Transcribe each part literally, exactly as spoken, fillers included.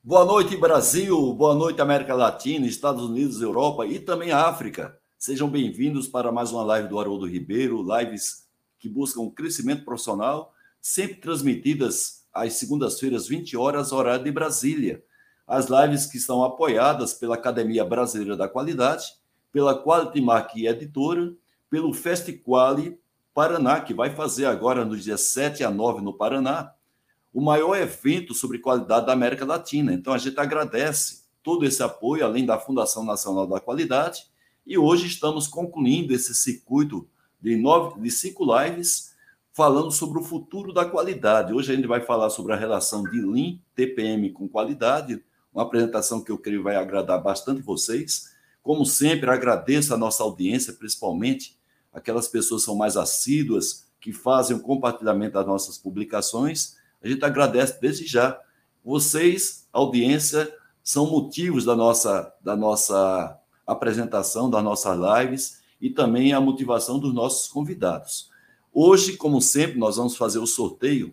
Boa noite, Brasil. Boa noite, América Latina, Estados Unidos, Europa e também África. Sejam bem-vindos para mais uma live do Haroldo Ribeiro, lives que buscam crescimento profissional, sempre transmitidas às segundas-feiras, vinte horas, horário de Brasília. As lives que são apoiadas pela Academia Brasileira da Qualidade, pela Quality Mark Editora, pelo Festiquali Paraná, que vai fazer agora nos dias sete a nove no Paraná, o maior evento sobre qualidade da América Latina. Então, a gente agradece todo esse apoio, além da Fundação Nacional da Qualidade, e hoje estamos concluindo esse circuito de, nove, de cinco lives falando sobre o futuro da qualidade. Hoje a gente vai falar sobre a relação de Lean, T P M com qualidade, uma apresentação que eu creio vai agradar bastante vocês. Como sempre, agradeço a nossa audiência, principalmente aquelas pessoas que são mais assíduas, que fazem o compartilhamento das nossas publicações. A gente agradece desde já. Vocês, audiência, são motivos da nossa, da nossa apresentação, das nossas lives e também a motivação dos nossos convidados. Hoje, como sempre, nós vamos fazer o sorteio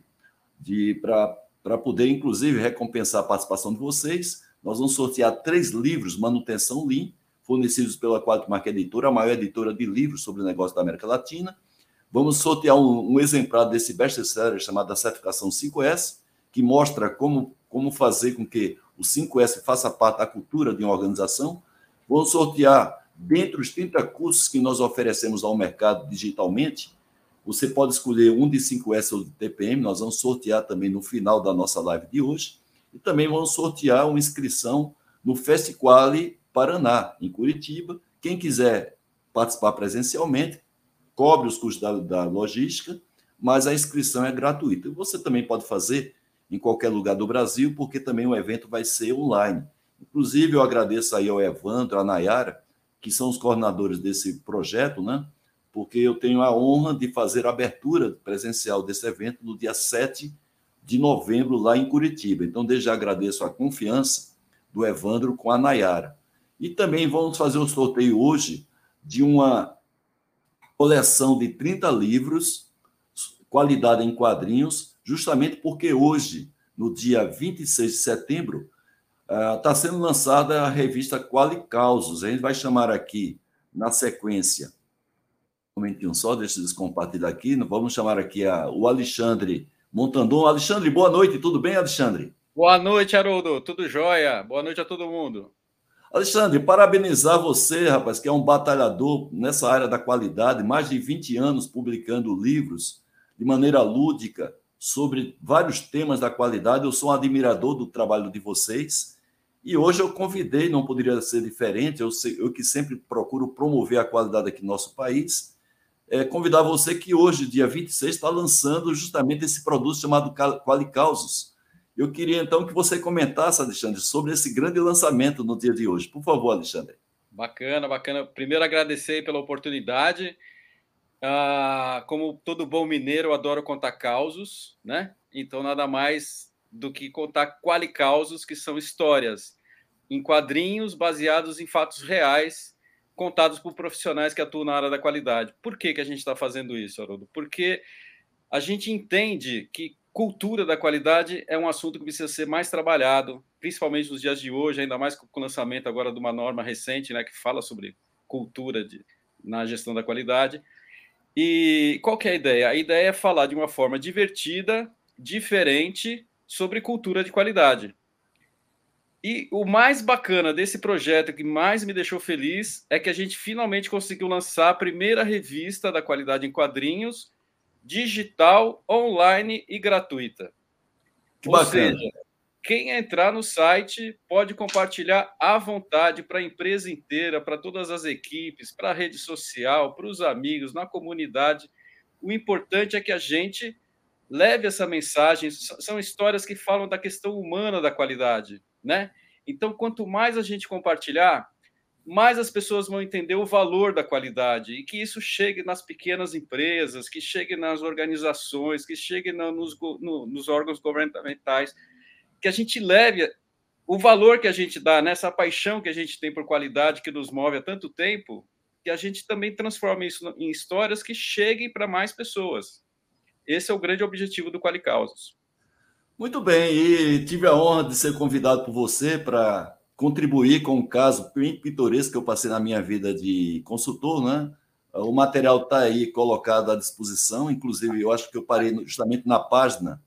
para poder, inclusive, recompensar a participação de vocês. Nós vamos sortear três livros, Manutenção Lean, fornecidos pela Quality Mark Editora, a maior editora de livros sobre o negócio da América Latina. Vamos sortear um, um exemplar desse best-seller chamado a Certificação cinco S, que mostra como, como fazer com que o cinco S faça parte da cultura de uma organização. Vamos sortear, dentre os trinta cursos que nós oferecemos ao mercado digitalmente, você pode escolher um de cinco S ou de T P M, nós vamos sortear também no final da nossa live de hoje, e também vamos sortear uma inscrição no Festiquali Paraná, em Curitiba. Quem quiser participar presencialmente, cobre os custos da, da logística, mas a inscrição é gratuita. Você também pode fazer em qualquer lugar do Brasil, porque também o evento vai ser online. Inclusive, eu agradeço aí ao Evandro, à Nayara, que são os coordenadores desse projeto, né? Porque eu tenho a honra de fazer a abertura presencial desse evento no dia sete de novembro, lá em Curitiba. Então, desde já agradeço a confiança do Evandro com a Nayara. E também vamos fazer um sorteio hoje de uma coleção de trinta livros, qualidade em quadrinhos, justamente porque hoje, no dia vinte e seis de setembro, está uh, sendo lançada a revista Quali Causos. A gente vai chamar aqui, na sequência, um momentinho só, deixa eu compartilhar aqui, vamos chamar aqui a, o Alexandre Montandon. Alexandre, boa noite, tudo bem, Alexandre? Boa noite, Haroldo, tudo jóia? Boa noite a todo mundo. Alexandre, parabenizar você, rapaz, que é um batalhador nessa área da qualidade, mais de vinte anos publicando livros de maneira lúdica sobre vários temas da qualidade. Eu sou um admirador do trabalho de vocês e hoje eu convidei, não poderia ser diferente, eu, sei, eu que sempre procuro promover a qualidade aqui no nosso país, é, convidar você que hoje, dia vinte e seis, está lançando justamente esse produto chamado Quali Causos. Eu queria, então, que você comentasse, Alexandre, sobre esse grande lançamento no dia de hoje. Por favor, Alexandre. Bacana, bacana. Primeiro, agradecer pela oportunidade. Ah, como todo bom mineiro, eu adoro contar causos, né? Então, nada mais do que contar quali-causos, que são histórias em quadrinhos baseados em fatos reais, contados por profissionais que atuam na área da qualidade. Por que, que a gente está fazendo isso, Haroldo? Porque a gente entende que cultura da qualidade é um assunto que precisa ser mais trabalhado, principalmente nos dias de hoje, ainda mais com o lançamento agora de uma norma recente, né, que fala sobre cultura de, na gestão da qualidade. E qual que é a ideia? A ideia é falar de uma forma divertida, diferente, sobre cultura de qualidade. E o mais bacana desse projeto, que mais me deixou feliz, é que a gente finalmente conseguiu lançar a primeira revista da qualidade em quadrinhos, digital, online e gratuita. Que Ou bacana. seja, quem entrar no site pode compartilhar à vontade para a empresa inteira, para todas as equipes, para a rede social, para os amigos, na comunidade. O importante é que a gente leve essa mensagem. São histórias que falam da questão humana da qualidade, né? Então, quanto mais a gente compartilhar, mais as pessoas vão entender o valor da qualidade e que isso chegue nas pequenas empresas, que chegue nas organizações, que chegue nos, no, nos órgãos governamentais, que a gente leve o valor que a gente dá, nessa paixão que a gente tem por qualidade, que nos move há tanto tempo, que a gente também transforme isso em histórias que cheguem para mais pessoas. Esse é o grande objetivo do Quali Causos. Muito bem, e tive a honra de ser convidado por você para contribuir com um caso bem pitoresco que eu passei na minha vida de consultor, né? O material está aí colocado à disposição, inclusive eu acho que eu parei justamente na página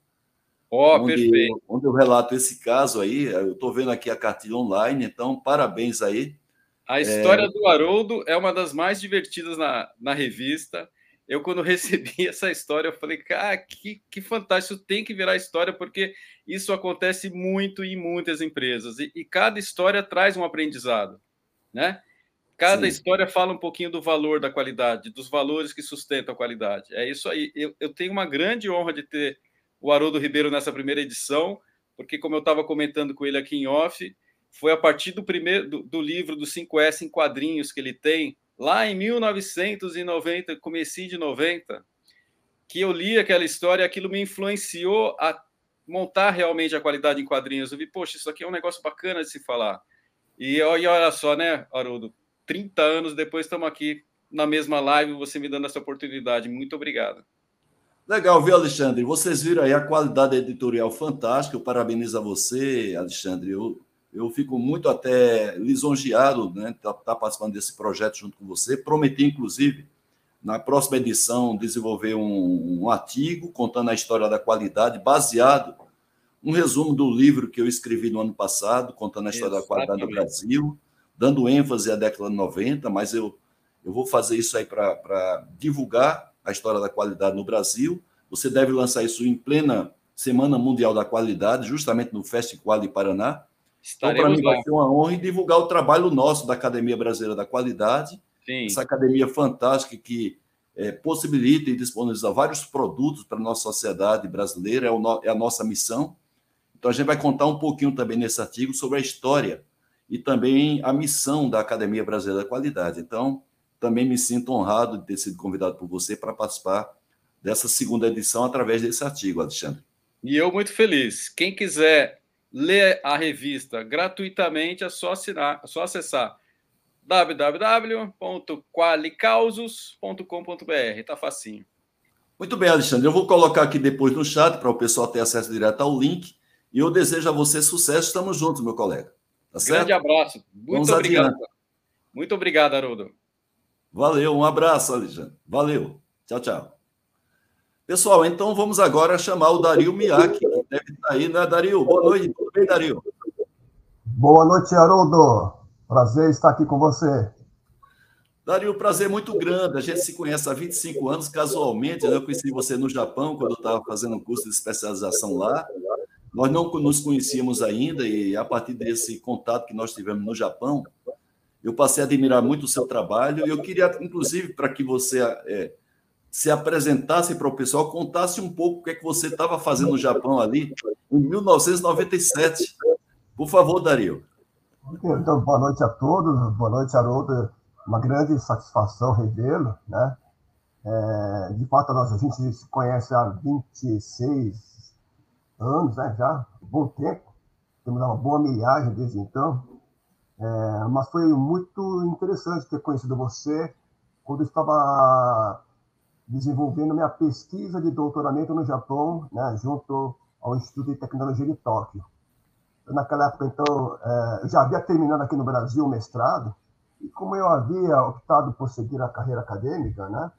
Ó, oh, onde, perfeito. onde eu relato esse caso aí. Eu estou vendo aqui a cartilha online, então parabéns aí. A É, história do Haroldo é uma das mais divertidas na, na revista. Eu, quando recebi essa história, eu falei, cara, que, que fantástico, isso tem que virar história, porque isso acontece muito em muitas empresas. E, e cada história traz um aprendizado, né? Cada sim, história fala um pouquinho do valor da qualidade, dos valores que sustentam a qualidade. É isso aí. Eu, eu tenho uma grande honra de ter o Haroldo Ribeiro nessa primeira edição, porque, como eu estava comentando com ele aqui em off, foi a partir do primeiro do, do livro do cinco S em quadrinhos que ele tem, lá em mil novecentos e noventa, comecinho de noventa, que eu li aquela história e aquilo me influenciou a montar realmente a qualidade em quadrinhos. Eu vi, poxa, isso aqui é um negócio bacana de se falar. E, e olha só, né, Haroldo? trinta anos depois estamos aqui na mesma live, você me dando essa oportunidade. Muito obrigado. legal, viu, Alexandre? Vocês viram aí a qualidade editorial fantástica. Eu parabenizo a você, Alexandre. Eu, eu fico muito até lisonjeado, né, estar tá, tá participando desse projeto junto com você. Prometi, inclusive, na próxima edição, desenvolver um, um artigo contando a história da qualidade, baseado um resumo do livro que eu escrevi no ano passado, contando a história da qualidade do Exatamente. Brasil, dando ênfase à década de noventa, mas eu, eu vou fazer isso aí para divulgar a história da qualidade no Brasil. Você deve lançar isso em plena Semana Mundial da Qualidade, justamente no Festival de Paraná. Então, para Estaremos mim, vai lá. ser uma honra em divulgar o trabalho nosso da Academia Brasileira da Qualidade, Sim. essa academia fantástica que é, possibilita e disponibiliza vários produtos para a nossa sociedade brasileira, é, o no, é a nossa missão. Então, a gente vai contar um pouquinho também nesse artigo sobre a história e também a missão da Academia Brasileira da Qualidade. Então, também me sinto honrado de ter sido convidado por você para participar dessa segunda edição através desse artigo, Alexandre. E eu muito feliz. Quem quiser ler a revista gratuitamente, é só, assinar, é só acessar w w w ponto qualicausos ponto com ponto b r. Tá facinho. Muito bem, Alexandre. Eu vou colocar aqui depois no chat para o pessoal ter acesso direto ao link. E eu desejo a você sucesso. Estamos juntos, meu colega. Tá Grande certo? abraço. Muito Vamos obrigado. adiante. Muito obrigado, Haroldo. Valeu, um abraço, Alexandre. Valeu. Tchau, tchau. Pessoal, então vamos agora chamar o Dario Miyake, que deve estar aí, né, Dario? Boa noite. Tudo bem, Dario? Boa noite, Haroldo. Prazer estar aqui com você. Dario, um prazer muito grande. A gente se conhece há vinte e cinco anos, casualmente. Né? Eu conheci você no Japão, quando eu estava fazendo um curso de especialização lá. Nós não nos conhecíamos ainda, e a partir desse contato que nós tivemos no Japão, eu passei a admirar muito o seu trabalho. E eu queria, inclusive, para que você é, se apresentasse para o pessoal, contasse um pouco o que é que você estava fazendo no Japão ali em mil novecentos e noventa e sete. Por favor, Dario. Então, boa noite a todos. Boa noite, Haroldo. Uma grande satisfação revê-lo, né? É, de fato, nós, a gente se conhece há vinte e seis anos, né? Já, um bom tempo. Temos uma boa milhagem desde então. É, mas foi muito interessante ter conhecido você quando eu estava desenvolvendo minha pesquisa de doutoramento no Japão, né? Junto ao Instituto de Tecnologia de Tóquio. Naquela época, então, eu já havia terminado aqui no Brasil o mestrado, e como eu havia optado por seguir a carreira acadêmica, né,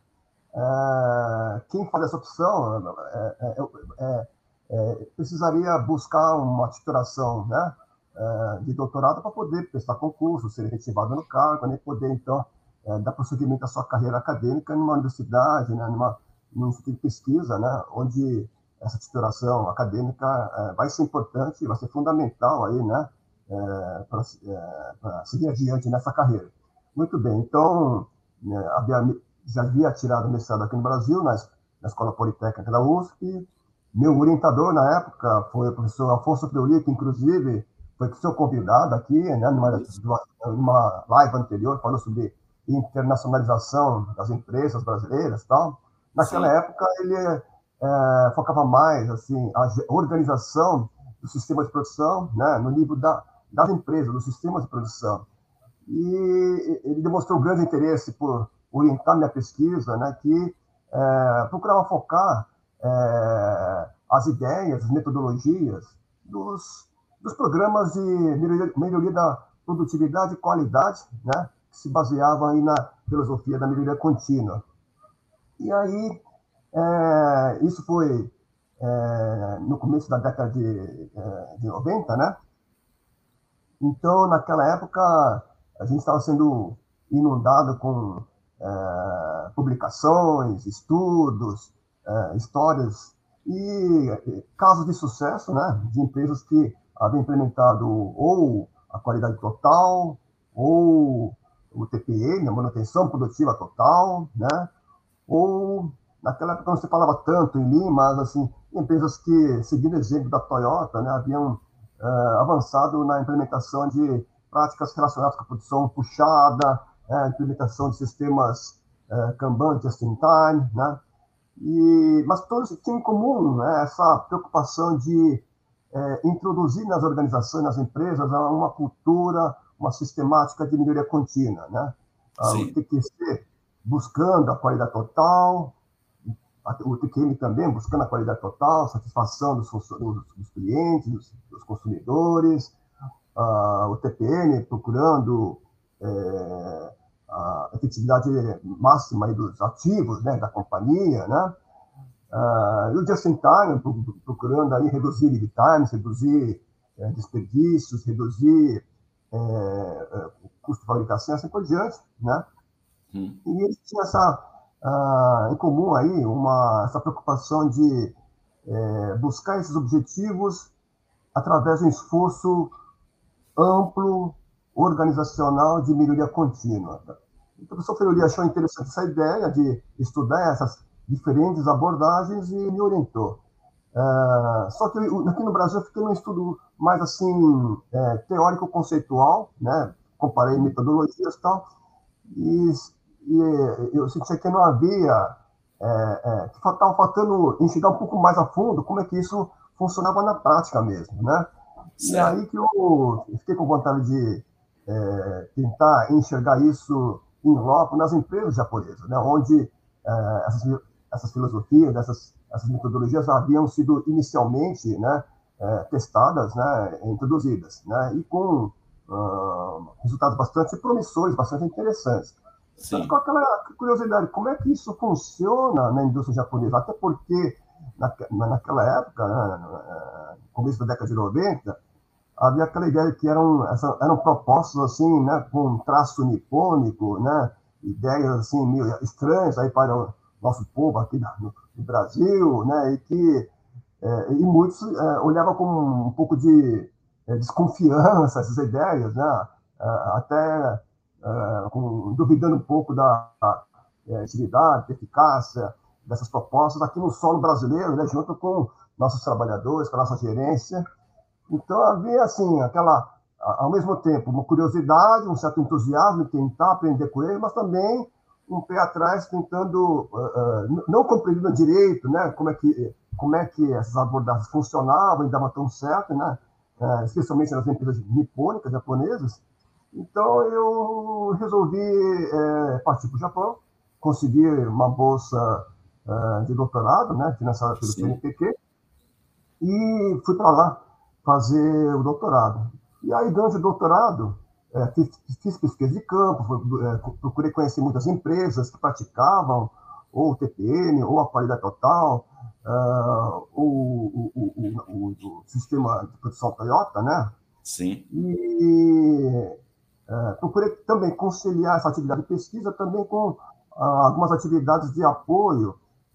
quem faz essa opção é, é, é, é, precisaria buscar uma titulação, né, de doutorado para poder prestar concurso, ser efetivado no cargo, né, poder, então, dar prosseguimento à sua carreira acadêmica numa universidade, né, numa, num instituto de pesquisa, né, onde essa titulação acadêmica é, vai ser importante, vai ser fundamental aí, né, é, para é, seguir adiante nessa carreira. Muito bem, então, né, havia, já havia tirado mestrado aqui no Brasil, na, na Escola Politécnica da U S P. Meu orientador na época foi o professor Afonso Fleury, que inclusive foi seu convidado aqui, né, numa, numa live anterior, falou sobre internacionalização das empresas brasileiras e tal. Naquela Sim. época, ele É, focava mais assim a organização do sistema de produção, né, no nível da, das empresas, dos sistemas de produção. E ele demonstrou grande interesse por orientar minha pesquisa, né, que é, procurava focar é, as ideias, as metodologias dos, dos programas de melhoria, melhoria da produtividade e qualidade, né, que se baseavam aí na filosofia da melhoria contínua. E aí, é, isso foi é, no começo da década de, de noventa, né? Então, naquela época, a gente estava sendo inundado com é, publicações, estudos, é, histórias e casos de sucesso, né, de empresas que haviam implementado ou a qualidade total, ou o T P M, a manutenção produtiva total, né, ou, naquela época não se falava tanto em Lean, mas assim, empresas que, seguindo o exemplo da Toyota, né, haviam uh, avançado na implementação de práticas relacionadas com a produção puxada, é, implementação de sistemas uh, Kanban, just-in-time, né? E, mas todos tinham em comum, né, essa preocupação de é, introduzir nas organizações, nas empresas, uma cultura, uma sistemática de melhoria contínua, né? O T Q C buscando a qualidade total, o T Q M também buscando a qualidade total, satisfação dos, dos, dos clientes, dos, dos consumidores, uh, o T P M procurando é, a efetividade máxima aí dos ativos, né, da companhia, né? Uh, e o just-in-time procurando aí reduzir lead times, reduzir é, desperdícios, reduzir é, custo de fabricação, assim por diante, né? Hum. E eles tinham essa, uh, em comum aí, uma, essa preocupação de é, buscar esses objetivos através de um esforço amplo, organizacional, de melhoria contínua. O professor Ferroli achou interessante essa ideia de estudar essas diferentes abordagens e me orientou. Uh, só que eu, aqui no Brasil eu fiquei num estudo mais assim, é, teórico-conceitual, né? Comparei metodologias e tal, e, e eu sentia que não havia, é, é, que estava faltando enxergar um pouco mais a fundo como é que isso funcionava na prática mesmo, né? Certo. E aí que eu fiquei com vontade de é, tentar enxergar isso em loco nas empresas japonesas, né? Onde é, essas, essas filosofias, essas, essas metodologias haviam sido inicialmente, né, é, testadas, né, introduzidas, né? E com uh, resultados bastante promissores, bastante interessantes. Sim. Mas com aquela curiosidade, como é que isso funciona na indústria japonesa? Até porque, na, naquela época, né, no começo da década de noventa, havia aquela ideia que eram, eram propostas assim, né, com traço nipônico, né, ideias assim, meio estranhas aí para o nosso povo aqui no, no Brasil, né, e que é, e muitos é, olhavam com um pouco de é, desconfiança essas ideias, né, até é, com, duvidando um pouco da atividade, da eficácia dessas propostas aqui no solo brasileiro, né, junto com nossos trabalhadores, com a nossa gerência. Então, havia, assim, aquela, ao mesmo tempo, uma curiosidade, um certo entusiasmo de tentar aprender com ele, mas também um pé atrás tentando, uh, não compreendendo direito, né, como é que, como é que essas abordagens funcionavam e davam tão certo, né, uh, especialmente nas empresas nipônicas, japonesas. Então, eu resolvi uh, partir para o Japão, conseguir uma bolsa uh, de doutorado, né, financiada pelo C N P Q, e fui para lá fazer o doutorado. E aí, durante o doutorado, é, fiz, fiz pesquisa de campo, foi, é, procurei conhecer muitas empresas que praticavam ou o T P M, ou a qualidade total, uh, ou o, o, o, o sistema de produção Toyota, né? Sim. E é, procurei também conciliar essa atividade de pesquisa também com uh, algumas atividades de apoio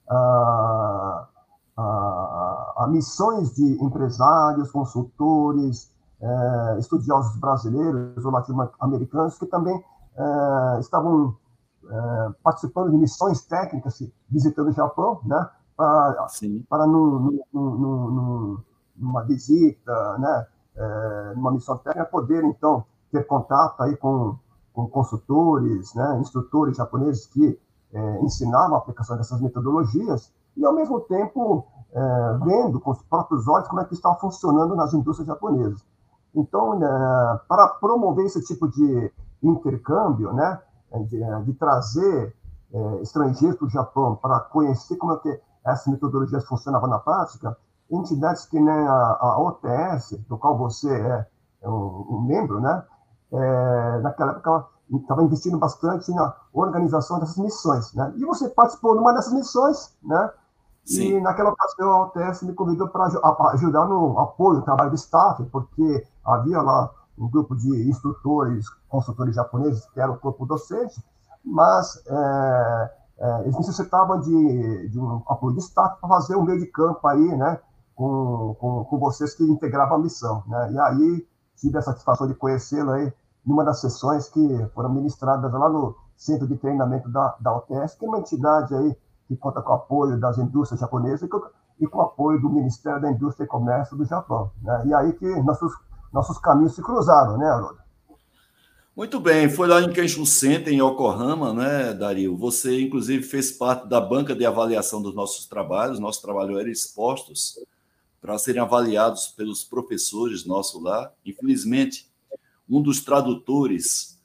uh, a, a missões de empresários, consultores, eh, estudiosos brasileiros ou latino-americanos que também eh, estavam eh, participando de missões técnicas, visitando o Japão, né, para, para num, num, num, numa visita, né, eh, numa missão técnica, poder, então, ter contato aí com, com consultores, né, instrutores japoneses que eh, ensinavam a aplicação dessas metodologias, e, ao mesmo tempo, é, vendo com os próprios olhos como é que estava funcionando nas indústrias japonesas. Então, é, para promover esse tipo de intercâmbio, né, de, de trazer é, estrangeiros para o Japão para conhecer como é que essas metodologias funcionavam na prática, entidades que nem a, a O T S, do qual você é um, um membro, né? É, naquela época estava investindo bastante na organização dessas missões, né? E você participou de uma dessas missões, né? Sim. E naquela ocasião a O T S me convidou para ajudar no apoio, no trabalho do staff, porque havia lá um grupo de instrutores, consultores japoneses, que era o corpo docente, mas é, é, eles necessitavam de, de um apoio de staff para fazer um meio de campo aí, né? Com, com, com vocês que integravam a missão, né? E aí tive a satisfação de conhecê-lo aí numa das sessões que foram ministradas lá no Centro de Treinamento da, da O T S, que é uma entidade aí que conta com o apoio das indústrias japonesas e com, e com o apoio do Ministério da Indústria e Comércio do Japão, né? E aí que nossos, nossos caminhos se cruzaram, né, Haroldo? Muito bem, foi lá em Kensho Center, em Yokohama, né, Dario? Você, inclusive, fez parte da banca de avaliação dos nossos trabalhos. Nossos trabalhos eram expostos para serem avaliados pelos professores nossos lá. Infelizmente, um dos tradutores,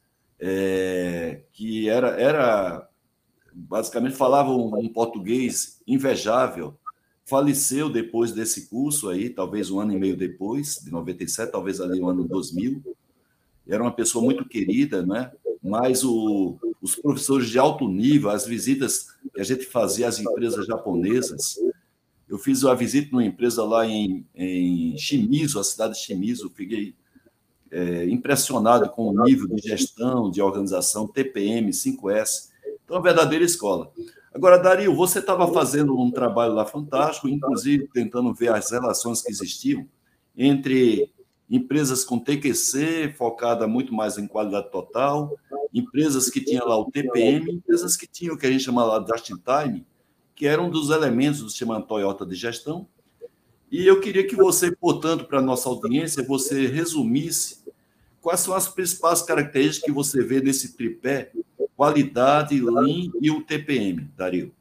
é, que era, era, basicamente, falava um, um português invejável, faleceu depois desse curso aí, talvez um ano e meio depois, de noventa e sete, talvez ali no ano dois mil. Era uma pessoa muito querida, né? Mas o, os professores de alto nível, as visitas que a gente fazia às empresas japonesas, eu fiz uma visita numa empresa lá em, em Shimizu, a cidade de Shimizu, fiquei é, impressionado com o nível de gestão, de organização, T P M, cinco S. Então, é uma verdadeira escola. Agora, Dario, você estava fazendo um trabalho lá fantástico, inclusive tentando ver as relações que existiam entre empresas com T Q C, focada muito mais em qualidade total, empresas que tinham lá o T P M, empresas que tinham o que a gente chama lá de just-in-time, que era um dos elementos do sistema Toyota de gestão. E eu queria que você, portanto, para a nossa audiência, você resumisse quais são as principais características que você vê nesse tripé, qualidade, Lean e o T P M, Dario.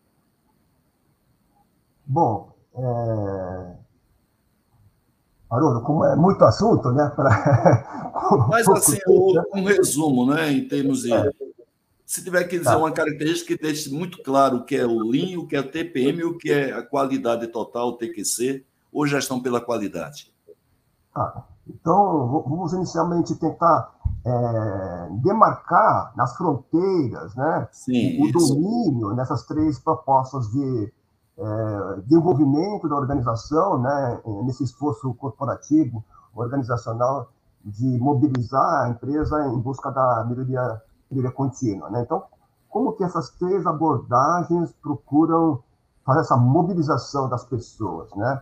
Bom, é... Haroldo, como é muito assunto, né? Pra... Mas, assim, um resumo, né? Em termos de... É. Se tiver que dizer tá. uma característica que deixe muito claro o que é o Lean, o que é o T P M, o que é a qualidade total, o T Q C, ou gestão pela qualidade. Ah, então, vamos inicialmente tentar é, demarcar nas fronteiras, né? Sim, o isso. domínio nessas três propostas de É, desenvolvimento da organização, né, nesse esforço corporativo, organizacional, de mobilizar a empresa em busca da melhoria, melhoria contínua, né? Então, como que essas três abordagens procuram fazer essa mobilização das pessoas, né?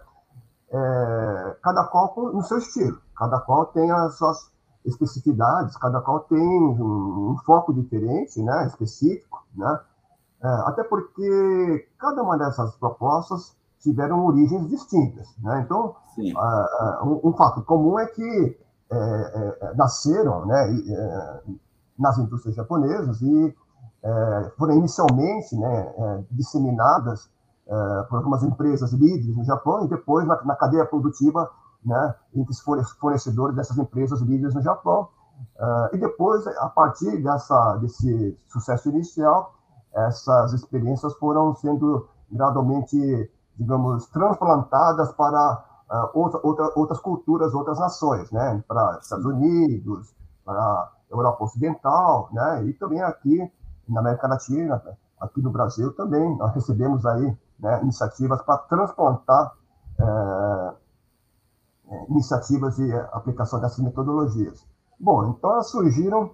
É, cada qual no seu estilo, cada qual tem as suas especificidades, cada qual tem um, um foco diferente, né, específico, né? É, até porque cada uma dessas propostas tiveram origens distintas, né? Então, uh, um, um fato comum é que é, é, nasceram, né, é, nas indústrias japonesas e é, foram inicialmente, né, é, disseminadas é, por algumas empresas líderes no Japão e depois na, na cadeia produtiva, né, entre os fornecedores dessas empresas líderes no Japão. Uh, e depois, a partir dessa, desse sucesso inicial, essas experiências foram sendo gradualmente, digamos, transplantadas para uh, outra, outra, outras culturas, outras nações, né? Para Estados Unidos, para a Europa Ocidental, né? E também aqui na América Latina, aqui no Brasil também, nós recebemos aí, né, iniciativas para transplantar é, iniciativas de aplicação dessas metodologias. Bom, então elas surgiram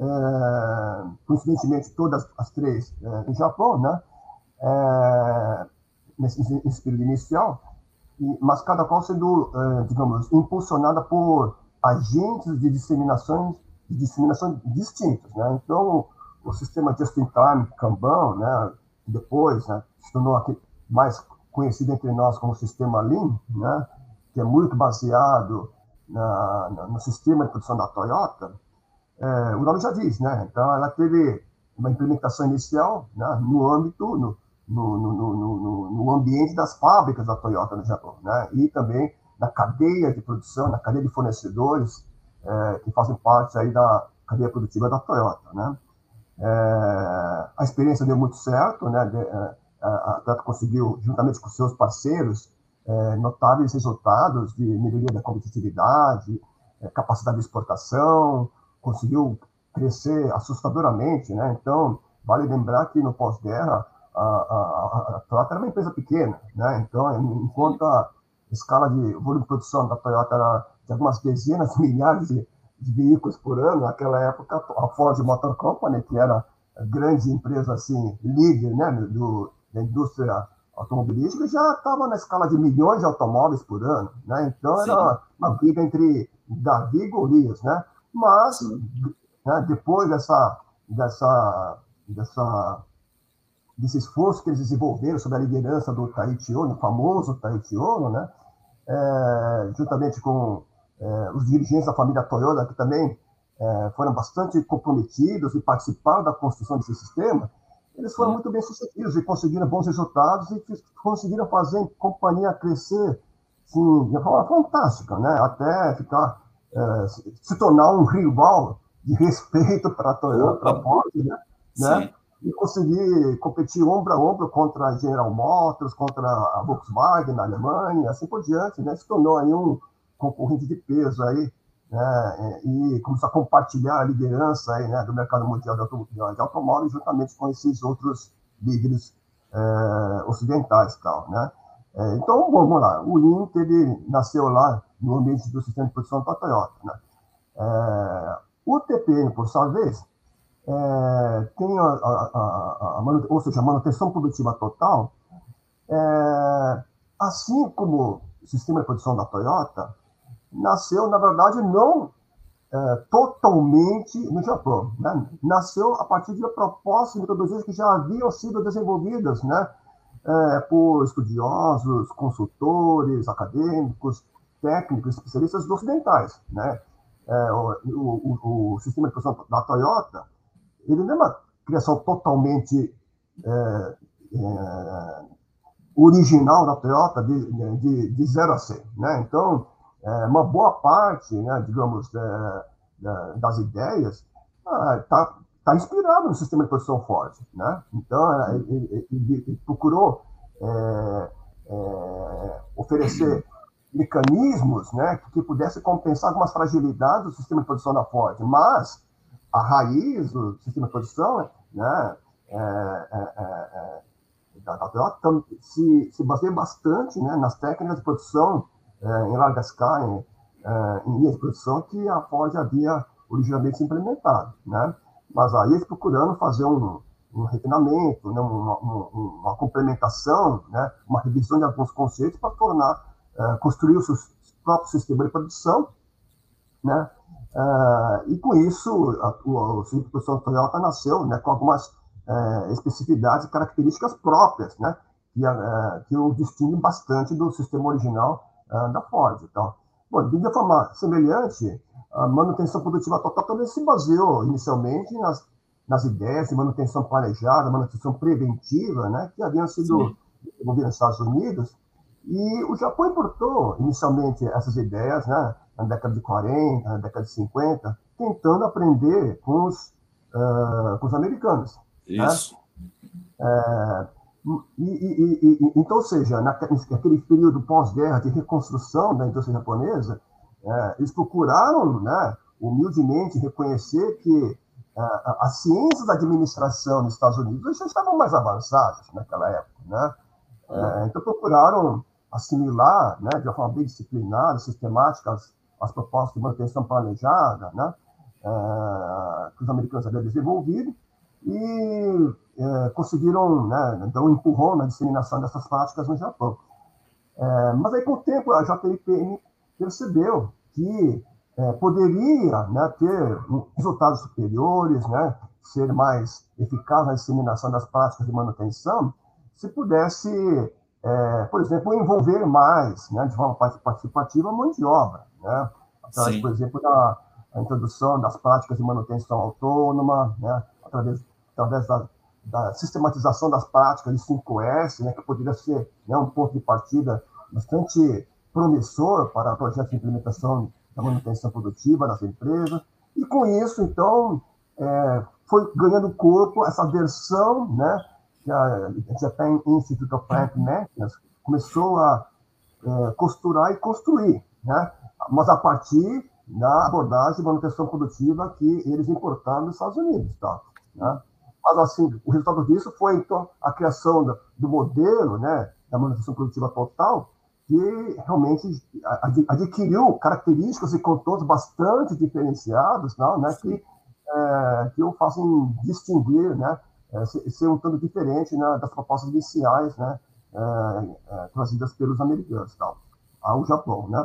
É, coincidentemente, todas as três é, no Japão, né? É, nesse, nesse período inicial, e, mas cada qual sendo, é, digamos, impulsionada por agentes de disseminação, de disseminação distintos, né? Então, o sistema Just-in-Time, Kanban, né? Depois, né, se tornou aqui mais conhecido entre nós como sistema Lean, né? Que é muito baseado na, na, no sistema de produção da Toyota. É, o nome já diz, né? Então, ela teve uma implementação inicial, né, no âmbito, no, no, no, no, no ambiente das fábricas da Toyota no Japão, né? E também na cadeia de produção, na cadeia de fornecedores é, que fazem parte aí da cadeia produtiva da Toyota, né? É, a experiência deu muito certo, né? A Toyota conseguiu, juntamente com seus parceiros, é, notáveis resultados de melhoria da competitividade, é, capacidade de exportação, conseguiu crescer assustadoramente, né? Então, vale lembrar que no pós-guerra a, a, a Toyota era uma empresa pequena, né? Então, enquanto a escala de volume de produção da Toyota era de algumas dezenas de milhares de, de veículos por ano, naquela época a Ford Motor Company, que era a grande empresa assim líder, né, do, da indústria automobilística, já estava na escala de milhões de automóveis por ano, né? Então era uma, uma briga entre Davi e Golias, né? Mas né, depois dessa, dessa, dessa, desse esforço que eles desenvolveram sob a liderança do Taiichi Ohno, o famoso Taiichi Ohno, né? É, juntamente com é, os dirigentes da família Toyota, que também é, foram bastante comprometidos e participaram da construção desse sistema, eles foram muito bem sucedidos e conseguiram bons resultados e conseguiram fazer a companhia crescer assim, de uma forma fantástica, né? Até ficar, é, se tornar um rival de respeito para a Toyota, para a Ford, né? né? E conseguir competir ombro a ombro contra a General Motors, contra a Volkswagen na Alemanha, assim por diante, né? Se tornou aí um concorrente de peso aí, né? E começou a compartilhar a liderança aí, né, do mercado mundial de, auto, de automóveis juntamente com esses outros líderes é, ocidentais e tal, né? É, então, vamos lá, o Lin teve, nasceu lá no ambiente do sistema de produção da Toyota, né? É, o T P N, por sua vez, é, tem a, a, a, a manu, ou seja, a manutenção produtiva total, é, assim como o sistema de produção da Toyota, nasceu, na verdade, não é, totalmente no Japão, né? Nasceu a partir de propostas e metodologias que já haviam sido desenvolvidas, né, é, por estudiosos, consultores, acadêmicos, técnicos, especialistas ocidentais, né? É, o, o, o sistema de produção da Toyota, ele não é uma criação totalmente é, é, original da Toyota de, de, de zero a cem, né? Então, é, uma boa parte, né, digamos, é, é, das ideias está ah, tá inspirado no sistema de produção Ford, né? Então, é, ele, ele, ele procurou é, é, oferecer mecanismos, né, que, que pudessem compensar algumas fragilidades do sistema de produção da Ford, mas a raiz do sistema de produção, né, é, é, é, da Toyota se, se baseia bastante, né, nas técnicas de produção é, em larga escala, em, é, em linhas de produção que a Ford havia originalmente implementado, né? Mas aí eles procurando fazer um, um refinamento, né, uma, uma, uma complementação, né, uma revisão de alguns conceitos para tornar, é, construir o seu próprio sistema de produção, né? É, e com isso a, o, o sistema de produção Toyota nasceu, né, com algumas é, especificidades e características próprias, né, que, é, que o distinguem bastante do sistema original é, da Ford. Então, bom, de forma semelhante, a manutenção produtiva total também se baseou inicialmente nas, nas ideias de manutenção planejada, manutenção preventiva, né, que haviam sido desenvolvidas nos Estados Unidos, e o Japão importou inicialmente essas ideias, né, na década de quarenta, na década de cinquenta, tentando aprender com os, uh, com os americanos. Isso. Né? É, e, e, e, então, ou seja, naquele período pós-guerra de reconstrução da indústria japonesa, é, eles procuraram, né, humildemente reconhecer que é, as ciências da administração nos Estados Unidos já estavam mais avançadas naquela época, né? É, então procuraram assimilar, né, de uma forma bem disciplinada, sistemática, as, as propostas de manutenção planejada, né, é, que os americanos haviam desenvolvido, e é, conseguiram, né, dar um empurrão na disseminação dessas práticas no Japão. É, mas aí, com o tempo, a J I P M percebeu que é, poderia, né, ter resultados superiores, né, ser mais eficaz na disseminação das práticas de manutenção, se pudesse, é, por exemplo, envolver mais, né, de forma participativa, a mão de obra, né, através, Sim. por exemplo, da a introdução das práticas de manutenção autônoma, né, através, através da, da sistematização das práticas de cinco S, né, que poderia ser, né, um ponto de partida bastante promissor para projetos de implementação da manutenção produtiva das empresas. E com isso, então, é, foi ganhando corpo essa versão, né, que a Japan Institute of Plant Maintenance começou a, é, costurar e construir, né? Mas a partir da abordagem de manutenção produtiva que eles importaram dos Estados Unidos. Tá? Né? Mas, assim, o resultado disso foi, então, a criação do, do modelo, né, da manutenção produtiva total, que realmente adquiriu características e contornos bastante diferenciados, não, né, que, é, que o fazem distinguir, né, é, ser um tanto diferente, né, das propostas iniciais, né, é, é, trazidas pelos americanos, tal, ao Japão. Né.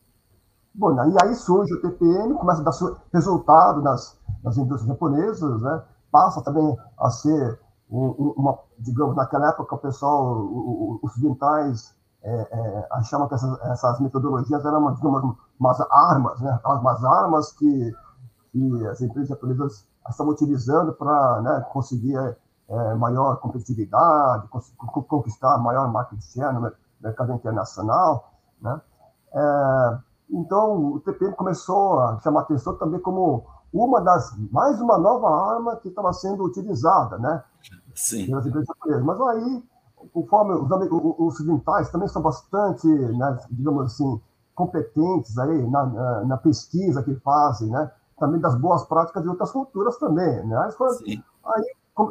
Bom, e aí surge o T P M, começa a dar resultado nas, nas indústrias japonesas, né, passa também a ser, uma, digamos, naquela época o pessoal, os ocidentais, É, é, achavam que essas, essas metodologias eram, digamos, umas armas, né? Umas armas que, que as empresas japonesas estavam utilizando para, né, conseguir é, maior competitividade, conquistar maior market share no mercado internacional, né? É, então, o T P M começou a chamar atenção também como uma das, mais uma nova arma que estava sendo utilizada, né? Sim. Pelas empresas japonesas. Mas aí, conforme os, os ocidentais também são bastante, né, digamos assim, competentes aí na, na, na pesquisa que fazem, né, também das boas práticas de outras culturas também, né? Foram, aí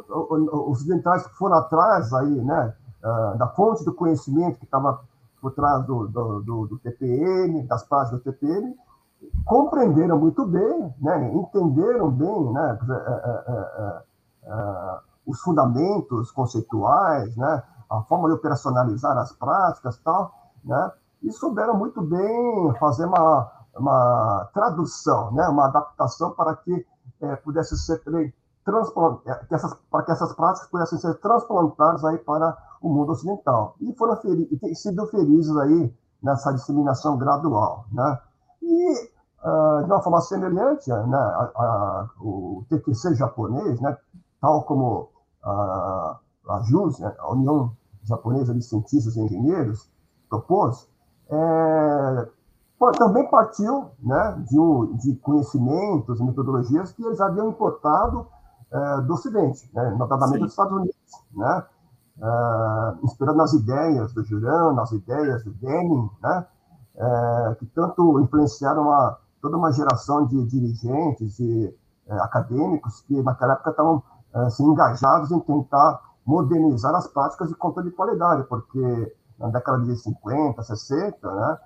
os ocidentais foram atrás aí, né, da fonte do conhecimento que estava por trás do, do, do, do T P M, das práticas do T P M, compreenderam muito bem, né, entenderam bem, né, é, é, é, é, os fundamentos conceituais, né, a forma de operacionalizar as práticas e tal, né, e souberam muito bem fazer uma, uma tradução, né, uma adaptação para que é, pudesse ser que essas, para que essas práticas pudessem ser transplantadas aí para o mundo ocidental. E foram felizes, e têm sido felizes aí nessa disseminação gradual, né. E, uh, de uma forma semelhante, né, a, a, o T Q C japonês, né, tal como a, a J U S, né, a União Japonesa de Cientistas e Engenheiros, propôs, é, também partiu, né, de, um, de conhecimentos e metodologias que eles haviam importado é, do Ocidente, né, notadamente dos Estados Unidos, né, é, inspirado nas ideias do Juran, nas ideias do Deming, né, é, que tanto influenciaram a, toda uma geração de dirigentes e é, acadêmicos que naquela época estavam assim, engajados em tentar modernizar as práticas de controle de qualidade, porque na década de cinquenta, sessenta, né,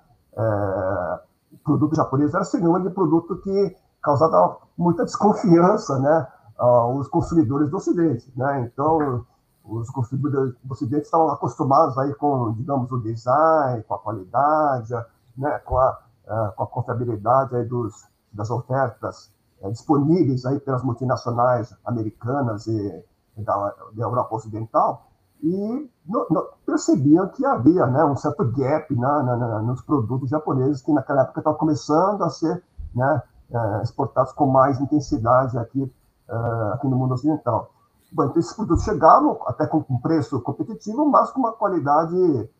é, o produto japonês era sinônimo de produto que causava muita desconfiança, né, aos consumidores do Ocidente, né? Então, os consumidores do Ocidente estavam acostumados aí com, digamos, o design, com a qualidade, né, com a, com a confiabilidade aí dos, das ofertas é, disponíveis aí pelas multinacionais americanas e, e da, da Europa Ocidental, e no, no, percebiam que havia, né, um certo gap na, na, na, nos produtos japoneses que naquela época estavam começando a ser, né, é, exportados com mais intensidade aqui, é, aqui no mundo ocidental. Bom, então esses produtos chegavam até com um preço competitivo, mas com uma qualidade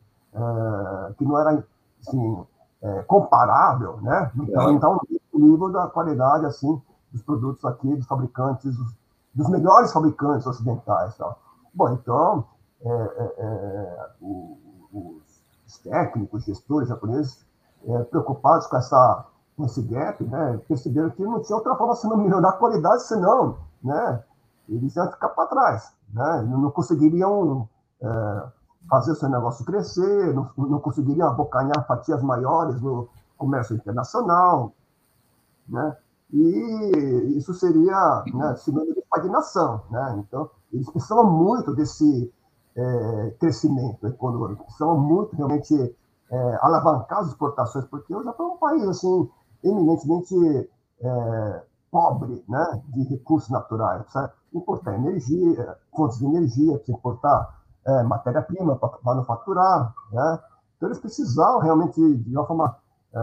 é, que não era assim, é, comparável, né? Não estava no nível da qualidade assim dos produtos aqui dos fabricantes, dos, dos melhores fabricantes ocidentais, tal. Bom, então é, é, é, o, os técnicos, gestores japoneses, é, preocupados com essa com esse gap, né? Perceberam que não tinha outra forma de não melhorar a qualidade, senão, né? Eles iam ficar para trás, né? Não conseguiriam é, fazer o seu negócio crescer, não, não conseguiriam abocanhar fatias maiores no comércio internacional, né? E isso seria, né, sinônimo de estagnação, né? Então, eles precisavam muito desse é, crescimento econômico, precisavam muito realmente é, alavancar as exportações, porque o Japão é um país assim eminentemente é, pobre, né, de recursos naturais, precisa importar energia, fontes de energia, precisa importar é, matéria-prima para manufaturar, né? Então eles precisavam realmente de uma forma é,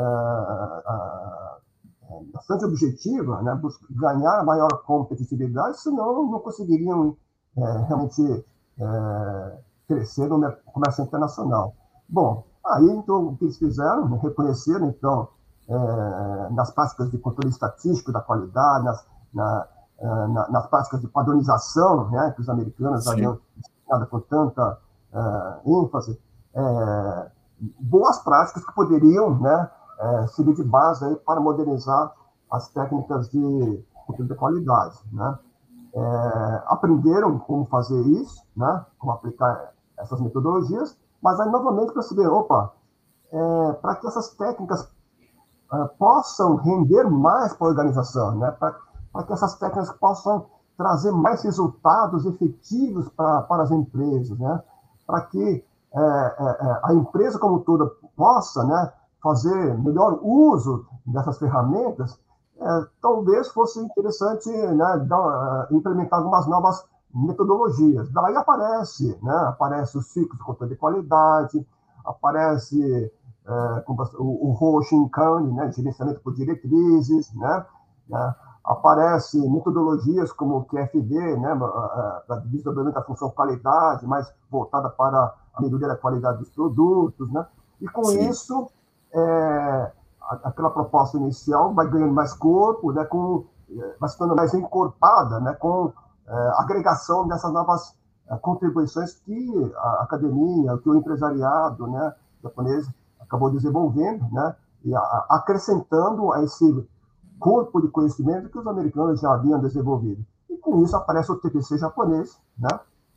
é, bastante objetiva, né, ganhar maior competitividade, senão não conseguiriam é, realmente é, crescer no comércio internacional. Bom, aí então o que eles fizeram, né, reconheceram então É, nas práticas de controle estatístico da qualidade, nas, na, na, nas práticas de padronização, né, que os americanos Sim. haviam ensinado com tanta uh, ênfase, é, boas práticas que poderiam, né, é, servir de base aí para modernizar as técnicas de controle de qualidade, né? É, aprenderam como fazer isso, né, como aplicar essas metodologias, mas aí novamente perceberam, opa, é, para que essas técnicas é, possam render mais para a organização, né, para que essas técnicas possam trazer mais resultados efetivos para, para as empresas, né, para que é, é, a empresa como toda possa, né, fazer melhor uso dessas ferramentas. É, talvez fosse interessante, né, dar, implementar algumas novas metodologias. Daí aparece, né, aparece o ciclo de controle de qualidade, aparece é, o, o Roshin-Khan, né, gerenciamento por diretrizes, né, né, aparece metodologias como o Q F D, né, a desdobramento da função qualidade, mais voltada para a melhoria da qualidade dos produtos, né, e com Sim. isso é, aquela proposta inicial vai ganhando mais corpo, né, com, vai se tornando mais encorpada, né, com é, agregação dessas novas é, contribuições que a academia, que o empresariado, né, japonês acabou desenvolvendo, né, e a, acrescentando a esse corpo de conhecimento que os americanos já haviam desenvolvido. E com isso aparece o T Q C japonês, né,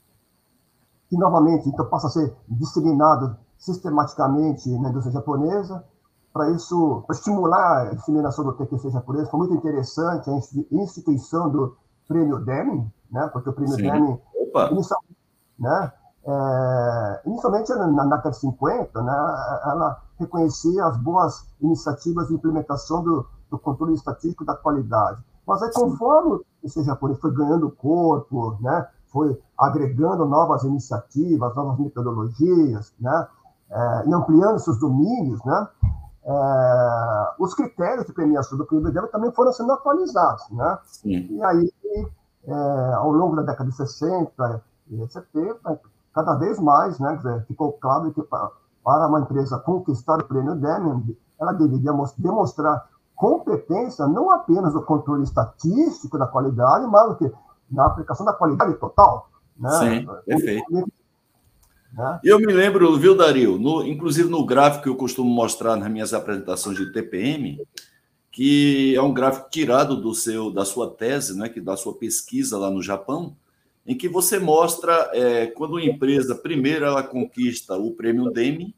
que novamente então passa a ser disseminado sistematicamente na indústria japonesa. Para isso, para estimular a disseminação do T Q C japonês, foi muito interessante a instituição do Prêmio Deming, né? Porque o Prêmio Sim. Deming, inicial, né? É, inicialmente, na década de cinquenta, né? Ela reconhecia as boas iniciativas de implementação do, do controle estatístico da qualidade. Mas aí, conforme o T Q C japonês foi ganhando corpo, né? Foi agregando novas iniciativas, novas metodologias, né? É, e ampliando seus domínios, né? É, os critérios de premiação do Prêmio Deming também foram sendo atualizados, né? Sim. E aí, é, ao longo da década de sessenta e setenta, cada vez mais, né, ficou claro que para, para uma empresa conquistar o Prêmio Deming, ela deveria demonstrar competência não apenas no controle estatístico da qualidade, mas que na aplicação da qualidade total, né? Sim, perfeito. E eu me lembro, viu, Dario, no, inclusive no gráfico que eu costumo mostrar nas minhas apresentações de T P M, que é um gráfico tirado do seu, da sua tese, né, que da sua pesquisa lá no Japão, em que você mostra é, quando uma empresa, primeiro ela conquista o prêmio Deming,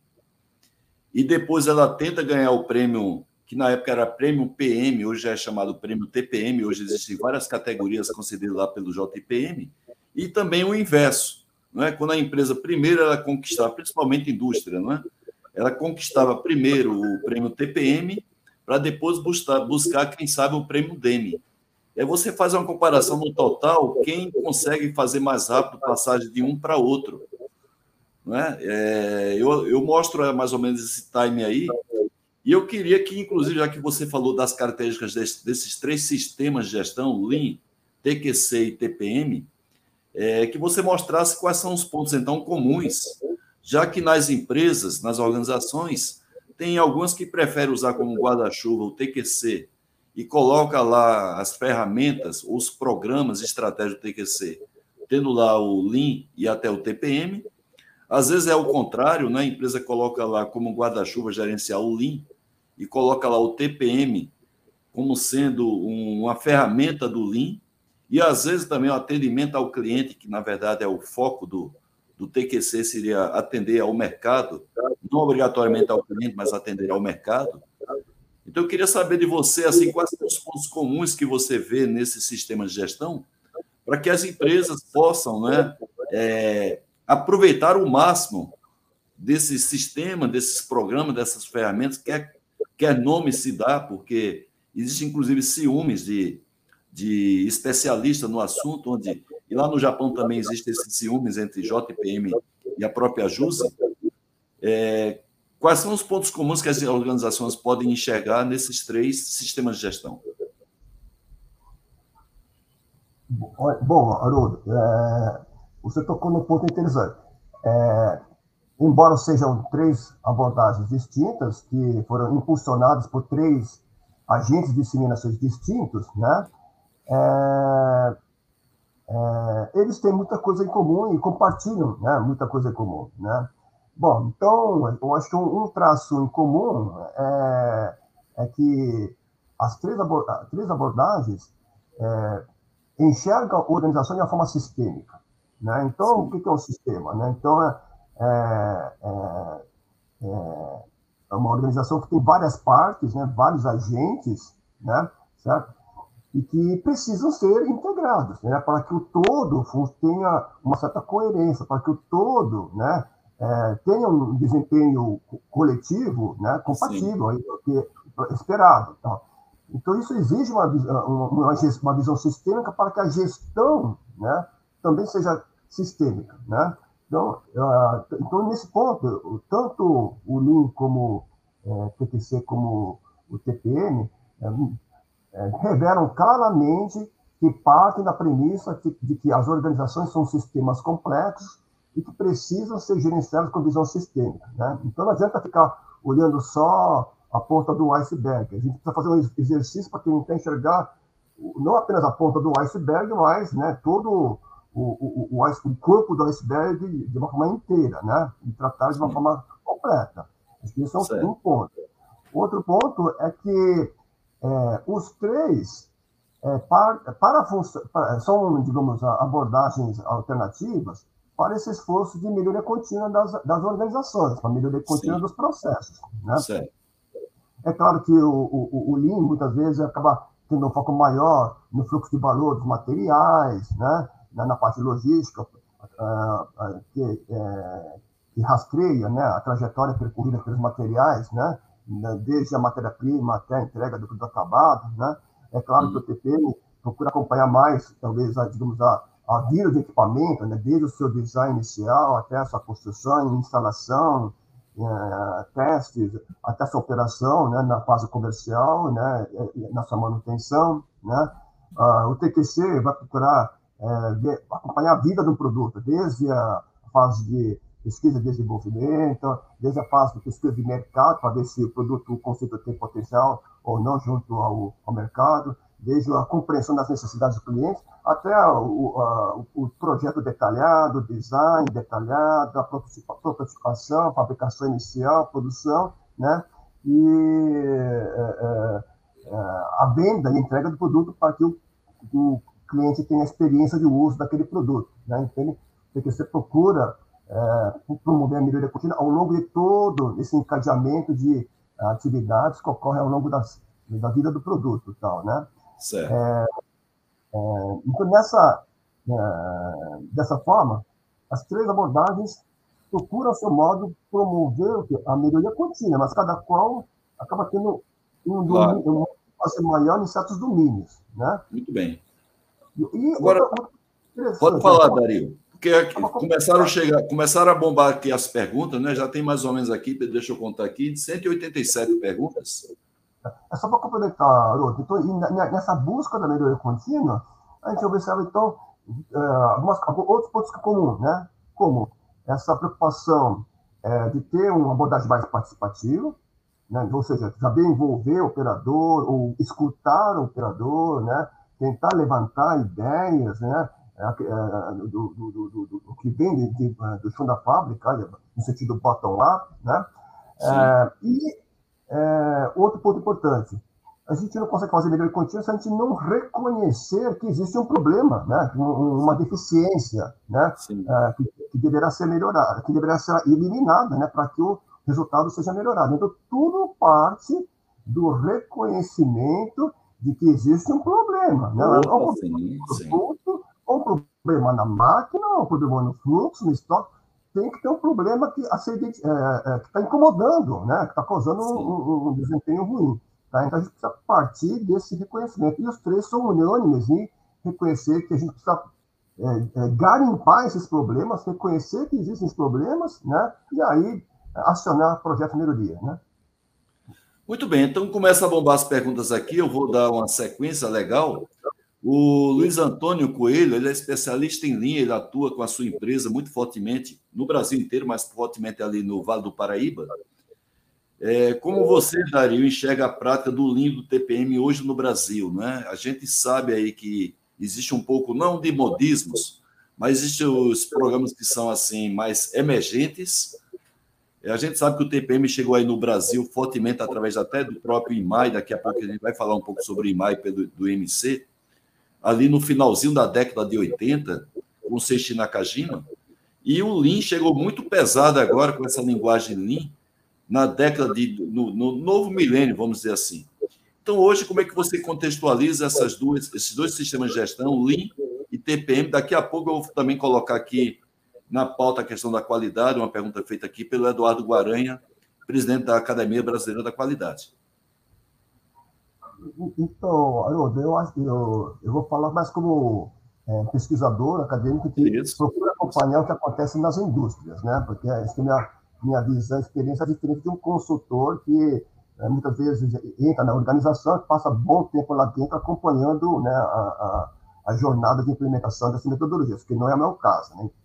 e depois ela tenta ganhar o prêmio, que na época era prêmio P M, hoje é chamado prêmio T P M, hoje existem várias categorias concedidas lá pelo J P M, e também o inverso. Não é? Quando a empresa primeiro ela conquistava, principalmente a indústria, não é? Ela conquistava primeiro o prêmio T P M para depois buscar, buscar, quem sabe, o prêmio Deming. E aí você faz uma comparação no total, quem consegue fazer mais rápido passagem de um para outro. Não é? É, eu, eu mostro mais ou menos esse time aí, e eu queria que, inclusive, já que você falou das características desse, desses três sistemas de gestão, Lean, T Q C e T P M, É, que você mostrasse quais são os pontos, então, comuns, já que nas empresas, nas organizações, tem algumas que preferem usar como guarda-chuva o T Q C e coloca lá as ferramentas, os programas estratégicos do T Q C, tendo lá o Lean e até o T P M. Às vezes é o contrário, né? A empresa coloca lá como guarda-chuva gerenciar o Lean e coloca lá o T P M como sendo um, uma ferramenta do Lean. E, às vezes, também o atendimento ao cliente, que, na verdade, é o foco do, do T Q C, seria atender ao mercado, não obrigatoriamente ao cliente, mas atender ao mercado. Então, eu queria saber de você, assim, quais são os pontos comuns que você vê nesse sistema de gestão, para que as empresas possam, né, é, aproveitar o máximo desse sistema, desses programas, dessas ferramentas, quer, quer nome se dá, porque existe, inclusive, ciúmes de... de especialista no assunto, onde, e lá no Japão também existe esses ciúmes entre J P M e a própria JUSE. É, quais são os pontos comuns que as organizações podem enxergar nesses três sistemas de gestão? Bom, Haroldo, é, você tocou num ponto interessante. É, embora sejam três abordagens distintas, que foram impulsionadas por três agentes de disseminações distintos, né? É, é, eles têm muita coisa em comum e compartilham, né, muita coisa em comum, né? Bom, então, eu acho que um, um traço em comum é, é que as três, abor três abordagens é, enxergam a organização de uma forma sistêmica. Né? Então, Sim. o que é um sistema? Né? Então, é, é, é, é uma organização que tem várias partes, né? Vários agentes, né? Certo? E que precisam ser integrados, né? Para que o todo tenha uma certa coerência, para que o todo, né? É, tenha um desempenho coletivo, né? Compatível aí, porque, esperado. Tá? Então, isso exige uma, uma, uma visão sistêmica para que a gestão, né? Também seja sistêmica, né? Então, uh, então, nesse ponto, tanto o Lean como o T Q C como o T P M é, é, revelam claramente que partem da premissa de, de que as organizações são sistemas complexos e que precisam ser gerenciados com visão sistêmica. Né? Então, não adianta ficar olhando só a ponta do iceberg. A gente precisa fazer um exercício para tentar enxergar não apenas a ponta do iceberg, mas, né, todo o, o, o, o corpo do iceberg de uma forma inteira, né? E tratar de uma Sim. forma completa. Acho que isso é um, um ponto. Outro ponto é que é, os três é, para, para, para, são, digamos, abordagens alternativas para esse esforço de melhoria contínua das, das organizações, para melhoria contínua Sim. dos processos. Né? Sim. É claro que o, o, o Lean, muitas vezes, acaba tendo um foco maior no fluxo de valor dos materiais, né? Na parte logística, uh, que, uh, que rastreia, né, a trajetória percorrida pelos materiais, né, desde a matéria-prima até a entrega do produto acabado. Né. É claro que o T P M procura acompanhar mais, talvez, a, digamos, a, a vida do equipamento, né, desde o seu design inicial até a sua construção, instalação, uh, testes, até a sua operação, né, na fase comercial, né, na sua manutenção. Né. Uh, o T Q C vai procurar É, de, acompanhar a vida do produto, desde a fase de pesquisa e desenvolvimento, desde a fase de pesquisa de mercado, para ver se o produto, o conceito tem potencial ou não junto ao, ao mercado, desde a compreensão das necessidades do cliente, até o, a, o projeto detalhado, o design detalhado, a prototipação, a fabricação inicial, a produção, né? E é, é, a venda e entrega do produto para que o, o cliente tem a experiência de uso daquele produto. Né? Então, porque você procura é, promover a melhoria contínua ao longo de todo esse encadeamento de atividades que ocorrem ao longo das, da vida do produto. Tal, né? Certo. É, é, então, nessa, é, dessa forma, as três abordagens procuram, a seu modo, promover a melhoria contínua, mas cada qual acaba tendo um, claro. domínio, um espaço maior em certos domínios. Né? Muito bem. E agora, pode falar, Dario, porque aqui, começaram, a chegar, começaram a bombar aqui as perguntas, né? Já tem mais ou menos aqui, deixa eu contar aqui, cento e oitenta e sete perguntas. É só para complementar, Haroldo. Então, nessa busca da melhoria contínua, a gente observa, então, algumas, outros pontos comuns, né? Como essa preocupação é, de ter uma abordagem mais participativa, né? Ou seja, saber envolver o operador, ou escutar o operador, né? Tentar levantar ideias, né, do, do, do, do, do que vem de, de, do chão da fábrica, no sentido bottom-up, né? É, e é, outro ponto importante, a gente não consegue fazer melhoria contínua se a gente não reconhecer que existe um problema, né, uma deficiência, né, é, que, que deverá ser melhorada, que deverá ser eliminada, né, para que o resultado seja melhorado. Então, tudo parte do reconhecimento de que existe um problema. Né? Opa, ou um problema no produto, ou um problema na máquina, ou um problema no fluxo, no estoque. Tem que ter um problema que está é, é, incomodando, né? Que está causando um, um, um desempenho ruim. Tá? Então, a gente precisa partir desse reconhecimento. E os três são unânimes em reconhecer que a gente precisa é, é, garimpar esses problemas, reconhecer que existem esses problemas, né? E aí acionar o projeto de melhoria. Né? Muito bem, então começa a bombar as perguntas aqui, eu vou dar uma sequência legal. O Luiz Antônio Coelho, ele é especialista em linha, ele atua com a sua empresa muito fortemente, no Brasil inteiro, mas fortemente ali no Vale do Paraíba. É, como você, Dario, enxerga a prática do Lean do T P M hoje no Brasil? Né? A gente sabe aí que existe um pouco, não de modismos, mas existem os programas que são assim mais emergentes, A gente sabe que o T P M chegou aí no Brasil fortemente através até do próprio I M A I, daqui a pouco a gente vai falar um pouco sobre o I M A I pelo, do M C, ali no finalzinho da década de oitenta, com o Seiichi Nakajima, e o Lean chegou muito pesado agora com essa linguagem Lean, na década de... no, no novo milênio, vamos dizer assim. Então, hoje, como é que você contextualiza essas duas, esses dois sistemas de gestão, Lean e T P M? Daqui a pouco eu vou também colocar aqui na pauta a questão da qualidade, uma pergunta feita aqui pelo Eduardo Guaranha, presidente da Academia Brasileira da Qualidade. Então, Haroldo, eu, acho, eu, eu vou falar mais como é, pesquisador acadêmico que Isso. procura acompanhar o que acontece nas indústrias, né? Porque acho que minha, minha visão, experiência é diferente de um consultor que é, muitas vezes entra na organização e passa bom tempo lá dentro acompanhando, né, a, a, a jornada de implementação dessas metodologias, que não é o meu caso, né?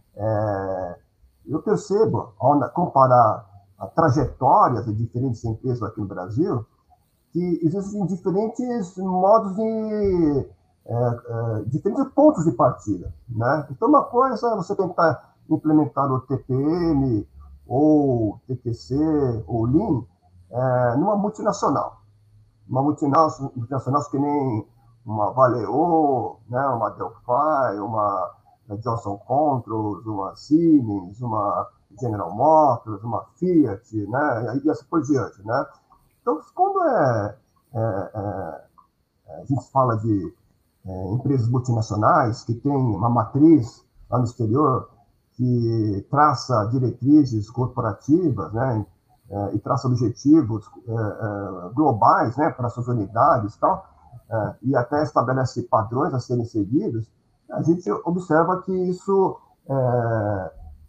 É, eu percebo, ao comparar a trajetória de diferentes empresas aqui no Brasil, que existem diferentes modos de... É, é, diferentes pontos de partida, né? Então, uma coisa é você tentar implementar o T P M, ou T T C, ou Lean, é, numa multinacional. Uma multinacional, multinacional que nem uma Valeo, né? Uma Delphi, uma Johnson Controls, uma Siemens, uma General Motors, uma Fiat, né? E assim por diante, né? Então, quando é, é, é, a gente fala de é, empresas multinacionais que têm uma matriz lá no exterior que traça diretrizes corporativas, né? É, e traça objetivos é, é, globais, né? Para suas unidades e tal, é, e até estabelece padrões a serem seguidos, a gente observa que isso é,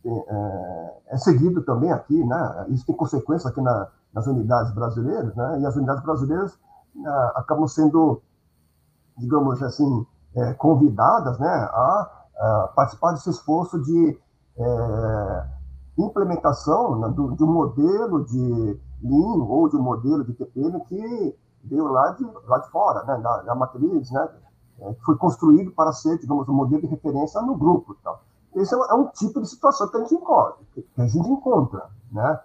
é, é seguido também aqui, né? Isso tem consequências aqui na, nas unidades brasileiras, né? E as unidades brasileiras é, acabam sendo, digamos assim, é, convidadas, né, a, a participar desse esforço de é, implementação, né, do, de um modelo de Lean ou de um modelo de T P M que veio lá de, lá de fora, né, da, da matriz, né? Que foi construído para ser, digamos, um modelo de referência no grupo. Então. Esse é um tipo de situação que a gente encontra, que a gente encontra, né?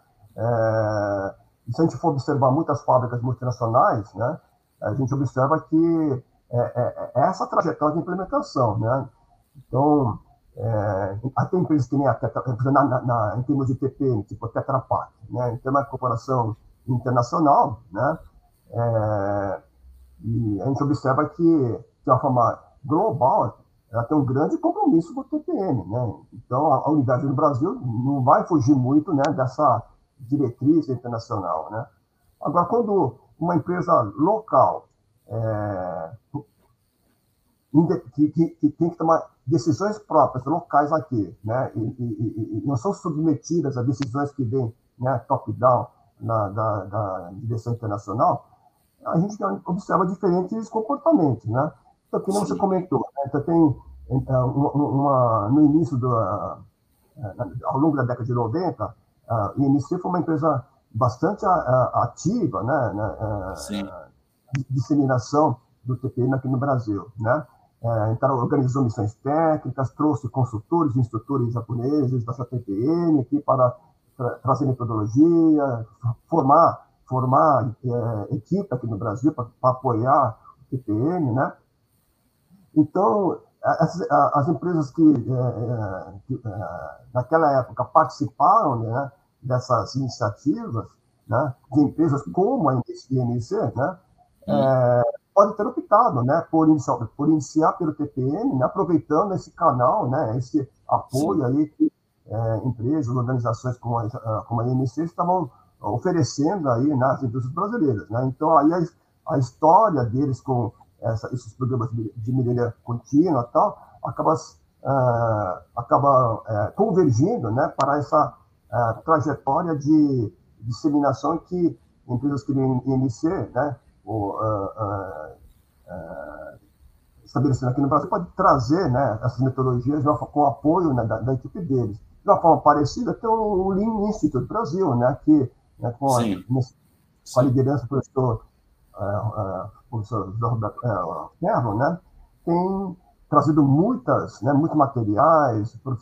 É, e se a gente for observar muitas fábricas multinacionais, né, a gente observa que é, é, é essa trajetória de implementação, né? Então, é, até empresas que nem a Tetra, na, na, na, em termos de T P M, tipo a Tetra Pak, né? Então, é uma corporação internacional, né? É, e a gente observa que, de uma forma global, ela tem um grande compromisso com o T P M, né? Então, a, a unidade do Brasil não vai fugir muito, né, dessa diretriz internacional, né? Agora, quando uma empresa local é, que, que, que tem que tomar decisões próprias, locais aqui, né, e, e, e não são submetidas a decisões que vêm, né, top-down da, da direção internacional, a gente observa diferentes comportamentos, né? Então, como você comentou, né? Então, tem uma, uma, no início, do, uh, ao longo da década de noventa, a I M C foi uma empresa bastante uh, ativa, né? Na uh, disseminação do T P M aqui no Brasil, né? Uh, então, organizou missões técnicas, trouxe consultores e instrutores japoneses da T P M aqui para tra trazer metodologia, formar formar é, equipe aqui no Brasil para apoiar o T P M, né? Então, as, as empresas que, é, que é, naquela época participaram, né, dessas iniciativas, né, de empresas como a I M C, né, é, podem ter optado, né, por iniciar, por iniciar pelo T P M, né, aproveitando esse canal, né, esse apoio Sim. aí que é, empresas, organizações como a, como a I M C estavam oferecendo aí nas indústrias brasileiras, né? Então, aí a, a história deles com essa, esses programas de melhoria contínua e tal, acaba, uh, acaba uh, convergindo, né, para essa uh, trajetória de disseminação que empresas que nem I M C, né, o, uh, uh, uh, estabelecendo aqui no Brasil, pode trazer, né, essas metodologias com o apoio, né, da, da equipe deles. De uma forma parecida, tem o Lean Institute Brasil, né, que né, com, a, nesse, com a liderança do professor, uh, uh, professor Roberto uh, Ferro, né, tem trazido muitas, né, muitos materiais,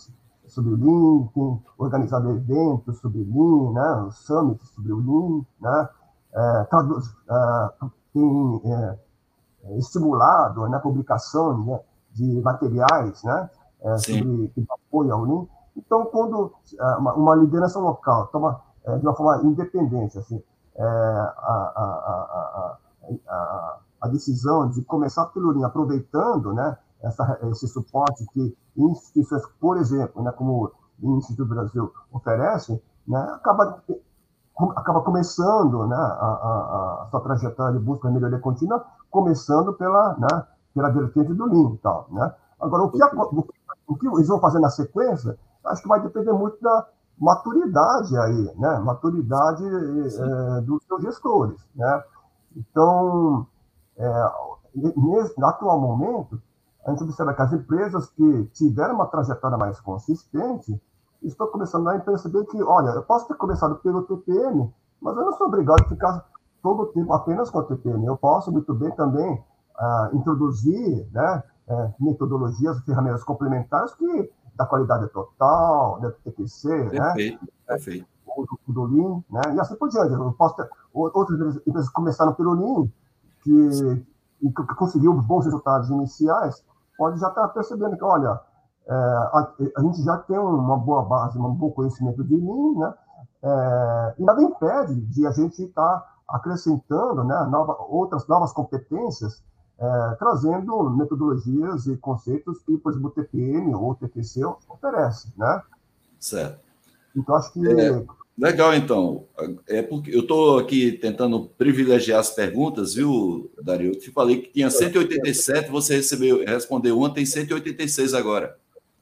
sobre o Lean, tem organizado eventos sobre Lean, né, os summits sobre o Lean, né, é, traduz, é, tem é, estimulado a, né, publicação, né, de materiais, né, é, sobre que apoio ao Lean. Então, quando é, uma, uma liderança local toma é, de uma forma independente assim, é, a, a, a, a, a, a decisão de começar pelo Lean, aproveitando, né, essa, esse suporte que instituições, por exemplo, né, como o Instituto do Brasil oferece, né, acaba, acaba começando, né, a, a, a sua trajetória de busca de melhoria contínua, começando pela, né, pela vertente do Lean e tal, né? Agora, o que, a, o, o que eles vão fazer na sequência, acho que vai depender muito da maturidade aí, né? Maturidade é, dos seus gestores, né? Então, é, nesse, no atual momento, a gente observa que as empresas que tiveram uma trajetória mais consistente estão começando a perceber que, olha, eu posso ter começado pelo T P M, mas eu não sou obrigado a ficar todo o tempo apenas com o T P M. Eu posso muito bem também uh, introduzir, né, uh, metodologias, ferramentas complementares que da qualidade total, né, do T P C, perfeito, né, perfeito. do, do Lean, né, e assim por diante. Eu posso ter, outras empresas começaram pelo Lean, que, que conseguiu bons resultados iniciais, pode já estar percebendo que, olha, é, a, a gente já tem uma boa base, um bom conhecimento de Lean, né? É, e nada impede de a gente estar acrescentando, né, nova, outras novas competências, é, trazendo metodologias e conceitos que, por exemplo, o T P M ou o T P C oferece, né? Certo. Então, acho que... É, legal, então. É porque eu estou aqui tentando privilegiar as perguntas, viu, Dario? Eu te falei que tinha cento e oitenta e sete, você recebeu, respondeu uma, tem cento e oitenta e seis agora.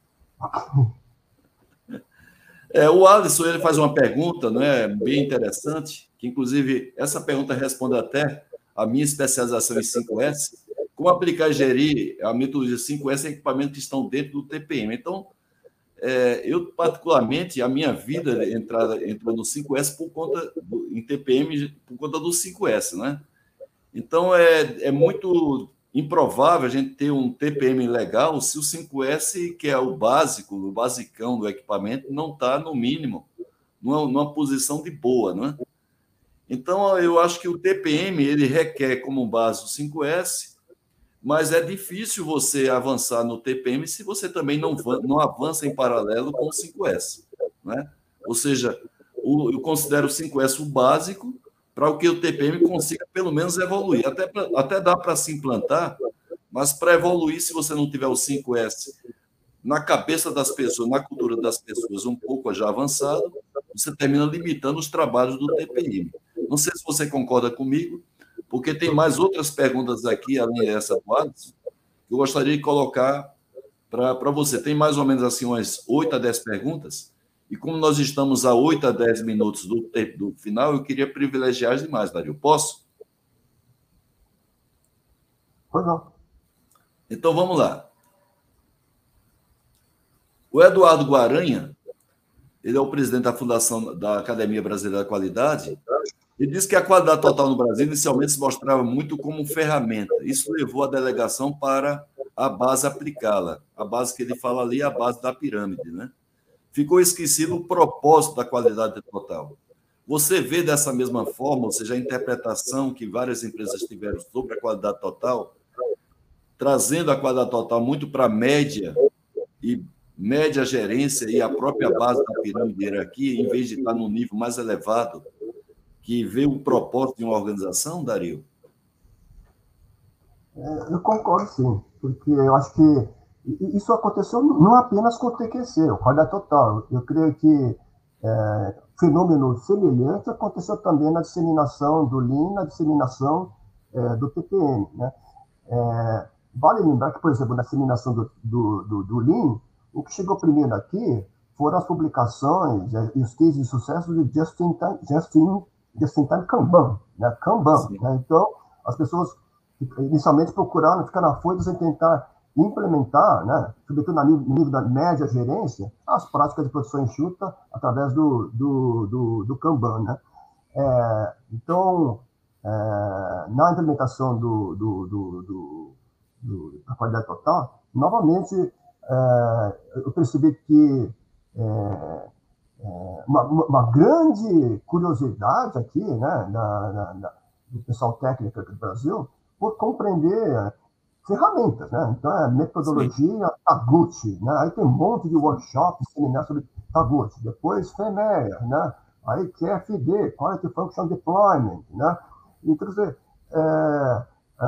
É, o Alisson, ele faz uma pergunta, não é, bem interessante, que inclusive essa pergunta responde até a minha especialização em cinco S, como aplicar e gerir a metodologia cinco S em equipamentos que estão dentro do T P M. Então, é, eu particularmente, a minha vida entrada, entrou no cinco S por conta do, em T P M, por conta do cinco S, né? Então, é, é muito improvável a gente ter um T P M legal se o cinco S, que é o básico, o basicão do equipamento, não está, no mínimo, numa, numa posição de boa, não é? Então, eu acho que o T P M, ele requer como base o cinco S, mas é difícil você avançar no T P M se você também não, não avança em paralelo com o cinco S, né? Ou seja, o, eu considero o cinco S o básico, para o que o T P M consiga pelo menos evoluir. Até, pra, até dá para se implantar, mas para evoluir, se você não tiver o cinco S na cabeça das pessoas, na cultura das pessoas um pouco já avançado, você termina limitando os trabalhos do T P M. Não sei se você concorda comigo, porque tem mais outras perguntas aqui, além dessa do Alisson, que eu gostaria de colocar para você. Tem mais ou menos assim umas oito a dez perguntas, e como nós estamos a oito a dez minutos do, do final, eu queria privilegiar as demais, Dario. Posso? Pois não. Então, vamos lá. O Eduardo Guaranha, ele é o presidente da Fundação da Academia Brasileira da Qualidade, ele disse que a qualidade total no Brasil inicialmente se mostrava muito como ferramenta. Isso levou a delegação para a base aplicá-la. A base que ele fala ali é a base da pirâmide, né? Ficou esquecido o propósito da qualidade total. Você vê dessa mesma forma, ou seja, a interpretação que várias empresas tiveram sobre a qualidade total, trazendo a qualidade total muito para a média e média gerência e a própria base da pirâmide aqui, em vez de estar no nível mais elevado, que vê o propósito de uma organização, Dario? É, eu concordo, sim, porque eu acho que isso aconteceu não apenas com o T Q C, o qualidade total. Eu creio que é, fenômeno semelhante aconteceu também na disseminação do Lean, na disseminação é, do T P M, né? É, vale lembrar que, por exemplo, na disseminação do, do, do, do Lean, o que chegou primeiro aqui foram as publicações é, e os cases de sucesso de Just-in-Time Just-in, Just-in-Time Kanban, né? Kanban, né? Então, as pessoas inicialmente procuraram ficar na folha sem tentar implementar, né, sobretudo no nível da média gerência, as práticas de produção enxuta através do, do, do, do Kanban, né? É, então, é, na implementação do, do, do, do, do, da qualidade total, novamente, é, eu percebi que é, é, uma, uma grande curiosidade aqui, né, na, na, na, do pessoal técnico aqui do Brasil, por compreender ferramentas, né? Então, é metodologia Taguchi, né? Aí tem um monte de workshops, seminários sobre Taguchi. Depois, FEMEA, né? Aí, Q F D, Quality Function Deployment, né? Então, quer dizer, é, a,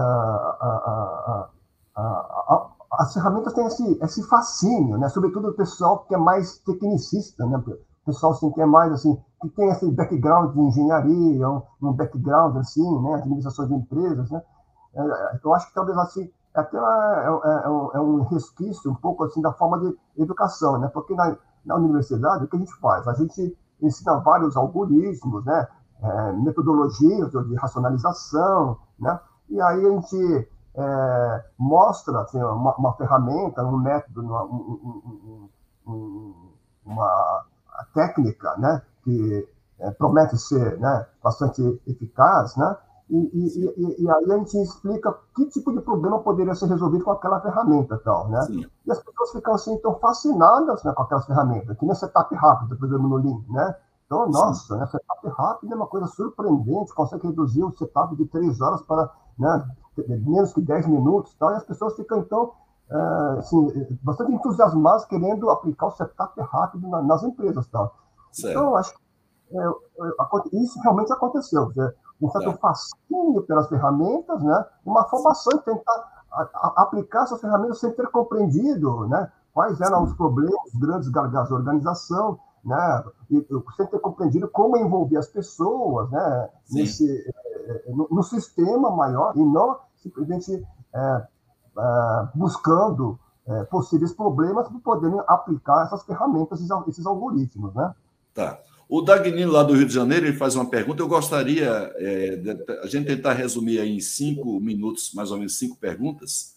a, a, a, as ferramentas têm esse, esse fascínio, né? Sobretudo o pessoal que é mais tecnicista, né? O pessoal assim, que é mais assim, que tem esse background de engenharia, um, um background assim, né? Administração de empresas, né? É, eu acho que talvez assim até é, é, é um resquício um pouco assim da forma de educação, né? Porque na, na universidade o que a gente faz? A gente ensina vários algoritmos, né? É, metodologias de racionalização, né? E aí a gente é, mostra assim, uma, uma ferramenta, um método, uma, um, um, um, uma técnica, né? Que é, promete ser, né? Bastante eficaz, né? E, e, e, e aí a gente explica que tipo de problema poderia ser resolvido com aquela ferramenta, tal, né? Sim. E as pessoas ficam assim tão fascinadas, né, com aquelas ferramentas, que nem setup rápido, por exemplo, no Lean, né? Então, nossa, né, setup rápido é uma coisa surpreendente, consegue reduzir o setup de três horas para, né, menos que dez minutos, tal, e as pessoas ficam então é, assim, bastante entusiasmadas querendo aplicar o setup rápido na, nas empresas, tal. Certo. Então, acho que é, isso realmente aconteceu, né? Um certo é. fascínio pelas ferramentas, né? Uma formação em tentar a, a, aplicar essas ferramentas sem ter compreendido, né? Quais eram Sim. os problemas, os grandes gargalos da organização, né? E, sem ter compreendido como envolver as pessoas, né? Nesse, no, no sistema maior e não simplesmente é, é, buscando é, possíveis problemas para poderem aplicar essas ferramentas, esses, esses algoritmos, né? Tá. O Dagnino, lá do Rio de Janeiro, ele faz uma pergunta. Eu gostaria é, de a gente tentar resumir aí em cinco minutos, mais ou menos cinco perguntas.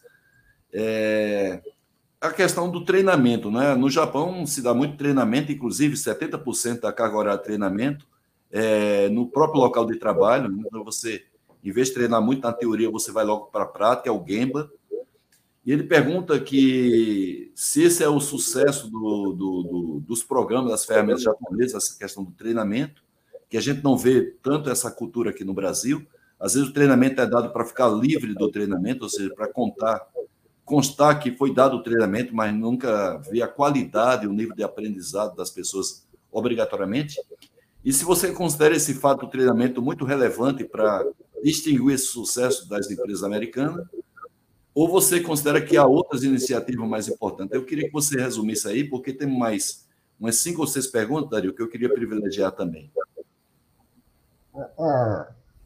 É, a questão do treinamento, né? No Japão se dá muito treinamento, inclusive setenta por cento da carga horária de treinamento é, no próprio local de trabalho. Então, você, em vez de treinar muito na teoria, você vai logo para a prática, é o Gemba. E ele pergunta que se esse é o sucesso do, do, do, dos programas, das ferramentas japonesas, essa questão do treinamento, que a gente não vê tanto essa cultura aqui no Brasil. Às vezes o treinamento é dado para ficar livre do treinamento, ou seja, para contar, constar que foi dado o treinamento, mas nunca vê a qualidade e o nível de aprendizado das pessoas obrigatoriamente. E se você considera esse fato do treinamento muito relevante para distinguir esse sucesso das empresas americanas, ou você considera que há outras iniciativas mais importantes? Eu queria que você resumisse aí, porque tem mais umas cinco ou seis perguntas, Dario, que eu queria privilegiar também. É,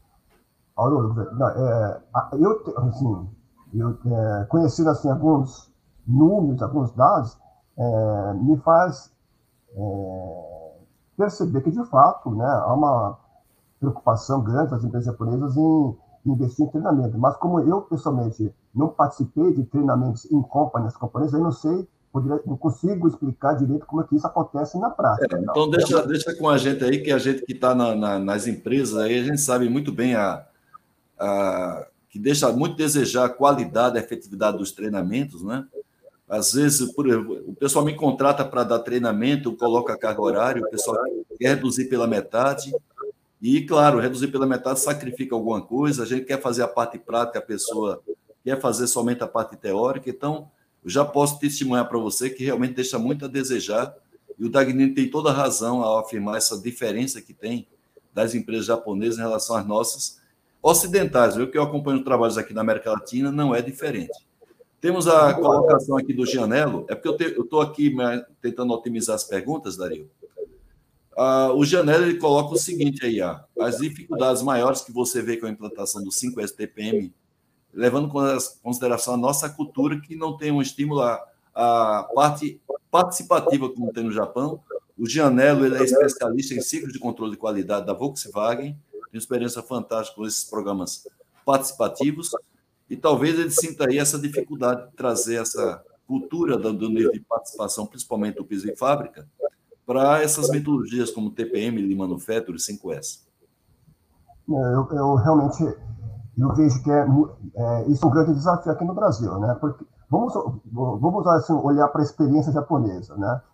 é, eu, assim, eu é, conhecendo assim, alguns números, alguns dados, é, me faz é, perceber que, de fato, né, há uma preocupação grande das empresas japonesas em investir em treinamento. Mas como eu, pessoalmente, não participei de treinamentos em companies, companhias, eu não sei, poderia, não consigo explicar direito como é que isso acontece na prática. É, então, deixa, deixa com a gente aí, que a gente que está na, na, nas empresas, aí a gente sabe muito bem a, a, que deixa muito a desejar a qualidade, a efetividade dos treinamentos, né? Às vezes, por, o pessoal me contrata para dar treinamento, coloca a carga horária, o pessoal quer reduzir pela metade. E, claro, reduzir pela metade sacrifica alguma coisa, a gente quer fazer a parte prática, a pessoa quer fazer somente a parte teórica. Então, eu já posso testemunhar para você que realmente deixa muito a desejar, e o Dagnino tem toda a razão ao afirmar essa diferença que tem das empresas japonesas em relação às nossas ocidentais. Eu que eu acompanho os trabalhos aqui na América Latina, não é diferente. Temos a colocação aqui do Gianello, é porque eu estou aqui tentando otimizar as perguntas, Dario. Uh, o Janela ele coloca o seguinte aí, ah, as dificuldades maiores que você vê com a implantação do cinco S T P M, levando em consideração a nossa cultura, que não tem um estímulo à, à parte participativa como tem no Japão. O Gianello ele é especialista em ciclos de controle de qualidade da Volkswagen, tem experiência fantástica com esses programas participativos, e talvez ele sinta aí essa dificuldade de trazer essa cultura do nível de participação, principalmente do piso em fábrica, para essas metodologias como T P M, Lean Manufacturing e cinco S. Eu, eu realmente eu vejo que é, é, isso é um grande desafio aqui no Brasil, né? Porque vamos, vamos assim, olhar para a experiência japonesa, né?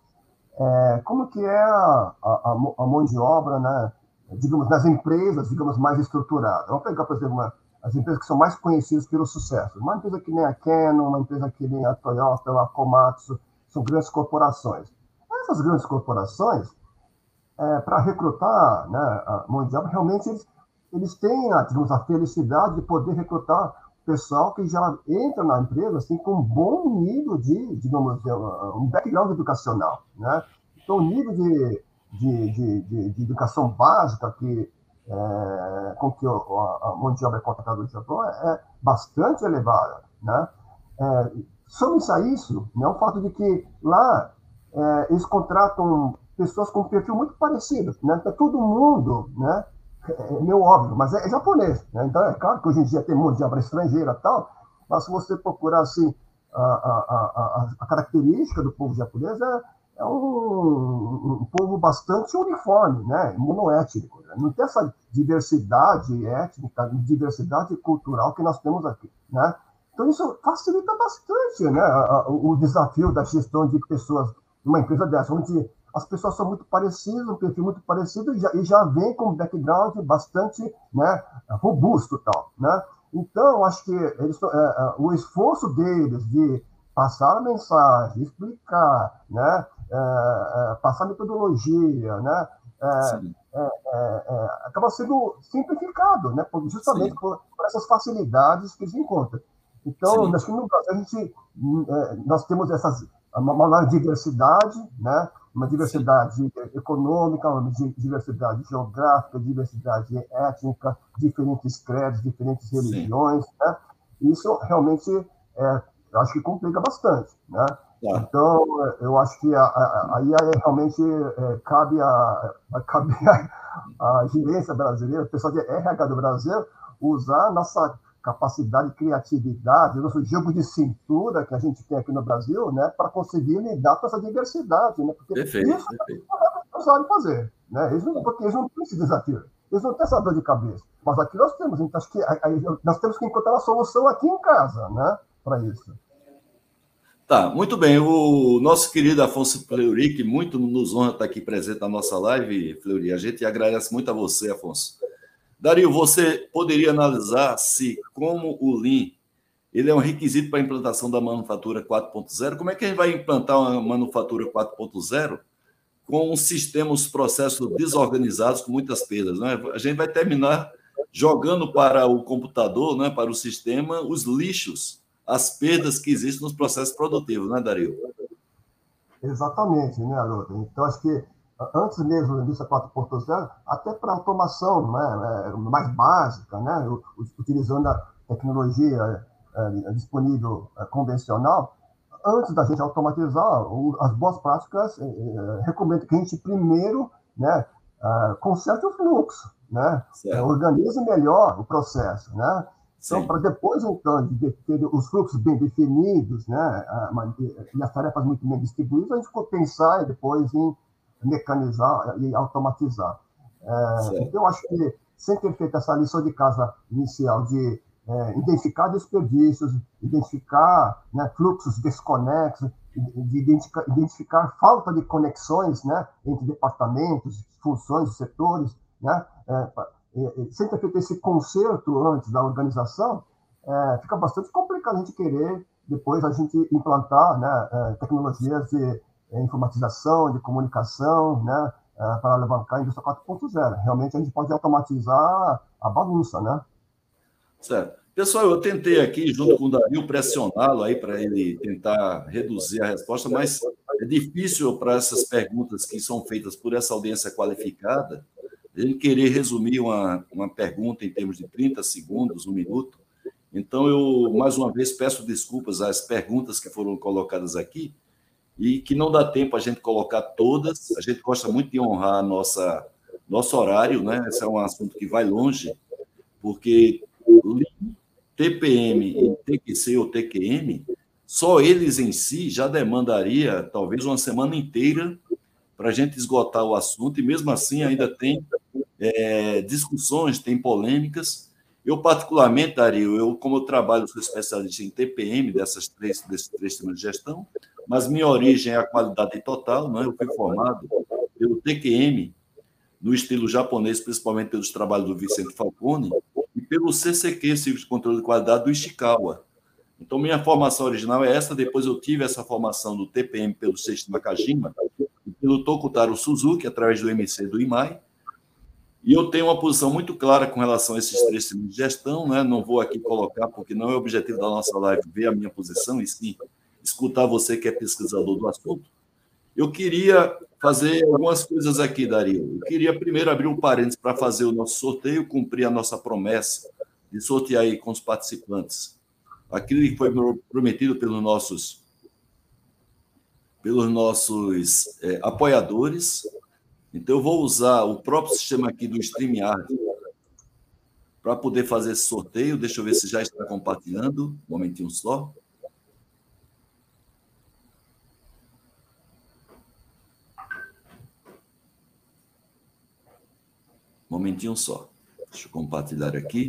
É, como que é a, a, a mão de obra, né, digamos, nas empresas, digamos, mais estruturadas? Vamos pegar, por exemplo, uma, as empresas que são mais conhecidas pelo sucesso. Uma empresa que nem a Canon, uma empresa que nem a Toyota, a Komatsu, são grandes corporações. Essas grandes corporações, é, para recrutar, né, a mão de obra, realmente eles, eles têm, a, digamos, a felicidade de poder recrutar pessoal que já entra na empresa assim, com um bom nível de, digamos, um background educacional, né? Então, o nível de, de, de, de, de educação básica que, é, com que a, a mão de obra é contratada no Japão é bastante elevada, né? É, Some-se a isso, né, o fato de que lá é, eles contratam pessoas com um perfil muito parecido, né? Então, todo mundo, né? É meio óbvio, mas é, é japonês, né? Então é claro que hoje em dia tem mão de obra estrangeira e tal, mas se você procurar assim, a, a, a, a característica do povo japonês é, é um, um povo bastante uniforme, né? Monoétnico, né? Não tem essa diversidade étnica, diversidade cultural que nós temos aqui, né? Então isso facilita bastante, né? O desafio da gestão de pessoas numa empresa dessa, onde as pessoas são muito parecidas, um perfil muito parecido, e já, e já vem com um background bastante, né, robusto e tal, né? Então, acho que eles, é, o esforço deles de passar a mensagem, explicar, né, é, é, passar a metodologia, né, é, é, é, acaba sendo simplificado, né, justamente por, por essas facilidades que eles encontram. Então, Sim. acho que no Brasil a gente, nós temos essas, uma maior diversidade, né, uma diversidade Sim. econômica, uma diversidade geográfica, diversidade étnica, diferentes credos, diferentes Sim. religiões, né? Isso realmente, é, eu acho que complica bastante, né? Tá. Então, eu acho que a, a, aí realmente é, cabe, a, a, cabe a, a gerência brasileira, o pessoal de R H do Brasil, usar nossa capacidade, criatividade, nosso jogo de cintura que a gente tem aqui no Brasil, né, para conseguir lidar com essa diversidade, né? Porque perfeito, isso perfeito. não sabem fazer, né? Eles não, porque eles não têm esse desafio, eles não têm essa dor de cabeça. Mas aqui nós temos, então acho que aí, nós temos que encontrar a solução aqui em casa, né, para isso. Tá, muito bem. O nosso querido Afonso Fleury, que muito nos honra estar aqui presente na nossa live, Fleury, a gente agradece muito a você, Afonso. Dario, você poderia analisar se, como o Lean, ele é um requisito para a implantação da manufatura quatro ponto zero, como é que a gente vai implantar uma manufatura quatro ponto zero com um sistema, os processos desorganizados, com muitas perdas, né? A gente vai terminar jogando para o computador, né, para o sistema, os lixos, as perdas que existem nos processos produtivos, né, Dario? Exatamente, né, Haroldo? Então, acho que antes mesmo da indústria quatro ponto zero, até para automação, né, mais básica, né, utilizando a tecnologia é, disponível é, convencional, antes da gente automatizar, as boas práticas é, recomendam que a gente primeiro, né, é, conserte o fluxo, né, é, organize melhor o processo, né? Então, para depois, então, de ter os fluxos bem definidos, né, e as tarefas muito bem distribuídas, a gente pensar depois em mecanizar e automatizar. É, então, eu acho que, sem ter feito essa lição de casa inicial de é, identificar desperdícios, identificar, né, fluxos desconexos, de identificar, identificar falta de conexões, né, entre departamentos, funções, setores, né, é, sem ter feito esse conserto antes da organização, é, fica bastante complicado a gente querer depois a gente implantar, né, é, tecnologias de informatização, de comunicação, né, é, para alavancar a indústria quatro ponto zero. Realmente a gente pode automatizar a bagunça, né? Certo. Pessoal, eu tentei aqui, junto com o Dario, pressioná-lo aí para ele tentar reduzir a resposta, mas é difícil para essas perguntas que são feitas por essa audiência qualificada, a gente querer resumir uma, uma pergunta em termos de trinta segundos, um minuto. Então, eu, mais uma vez, peço desculpas às perguntas que foram colocadas aqui e que não dá tempo a gente colocar todas. A gente gosta muito de honrar nossa, nosso horário, né? Esse é um assunto que vai longe, porque T P M e T Q C ou T Q M, só eles em si já demandaria talvez uma semana inteira para a gente esgotar o assunto, e mesmo assim ainda tem é, discussões, tem polêmicas. Eu, particularmente, Dario, eu, como eu trabalho, sou especialista em T P M, dessas três, desses três temas de gestão, mas minha origem é a qualidade total, né? Eu fui formado pelo T Q M, no estilo japonês, principalmente pelos trabalhos do Vicente Falcone, e pelo C C Q, Serviço de Controle de Qualidade, do Ishikawa. Então, minha formação original é essa, depois eu tive essa formação do T P M pelo Seiichi Nakajima, e pelo Tokutaro Suzuki, através do M C do I M A I, e eu tenho uma posição muito clara com relação a esses três tipos de gestão, né? Não vou aqui colocar, porque não é o objetivo da nossa live ver a minha posição, e sim escutar você que é pesquisador do assunto. Eu queria fazer algumas coisas aqui, Dario. Eu queria primeiro abrir um parênteses para fazer o nosso sorteio, cumprir a nossa promessa de sortear aí com os participantes aquilo que foi prometido pelos nossos, pelos nossos é, apoiadores. Então, eu vou usar o próprio sistema aqui do StreamYard para poder fazer esse sorteio. Deixa eu ver se já está compartilhando. Um momentinho só. Um momentinho só. Deixa eu compartilhar aqui.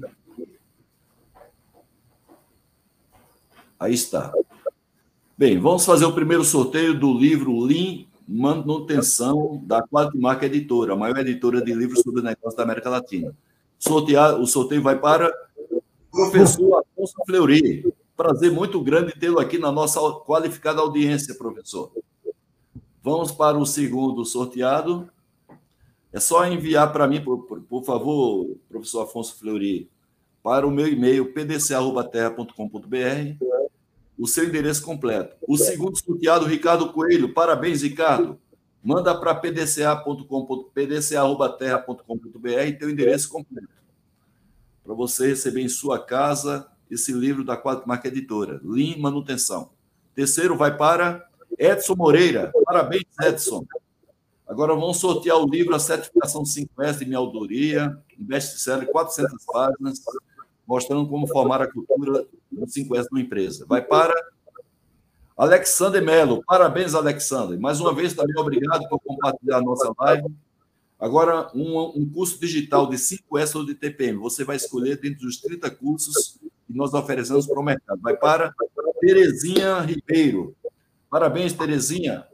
Aí está. Bem, vamos fazer o primeiro sorteio do livro Lean Manutenção, da Quality Mark Editora, a maior editora de livros sobre negócios da América Latina. Sortear, o sorteio vai para o professor Afonso Fleury. Prazer muito grande tê-lo aqui na nossa qualificada audiência, professor. Vamos para o segundo sorteado. É só enviar para mim, por, por, por favor, professor Afonso Fleury, para o meu e-mail, p d c arroba terra ponto com ponto b r, o seu endereço completo. O segundo sorteado, Ricardo Coelho. Parabéns, Ricardo. Manda para p d c arroba terra ponto com ponto b r e teu endereço completo, para você receber em sua casa esse livro da Quality Mark Editora, Lean Manutenção. Terceiro vai para Edson Moreira. Parabéns, Edson. Agora vamos sortear o livro A Certificação cinco S de Minha Autoria, um best-seller, quatrocentas páginas, mostrando como formar a cultura do cinco S de uma empresa. Vai para Alexander Mello. Parabéns, Alexander. Mais uma vez, também obrigado por compartilhar a nossa live. Agora, um, um curso digital de cinco S ou de T P M. Você vai escolher dentro dos trinta cursos que nós oferecemos para o mercado. Vai para Terezinha Ribeiro. Parabéns, Terezinha.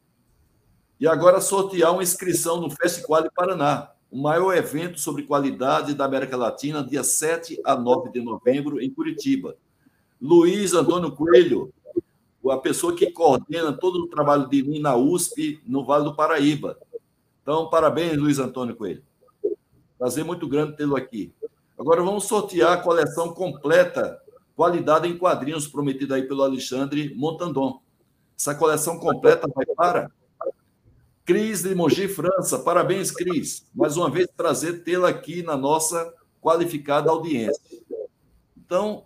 E agora sortear uma inscrição no FestQuali Paraná, o maior evento sobre qualidade da América Latina, dia sete a nove de novembro, em Curitiba. Luiz Antônio Coelho, a pessoa que coordena todo o trabalho de Lean na U S P, no Vale do Paraíba. Então, parabéns, Luiz Antônio Coelho. Prazer muito grande tê-lo aqui. Agora vamos sortear a coleção completa, Qualidade em Quadrinhos, prometida aí pelo Alexandre Montandon. Essa coleção completa vai para Cris de Mogi, França. Parabéns, Cris. Mais uma vez, prazer tê-la aqui na nossa qualificada audiência. Então,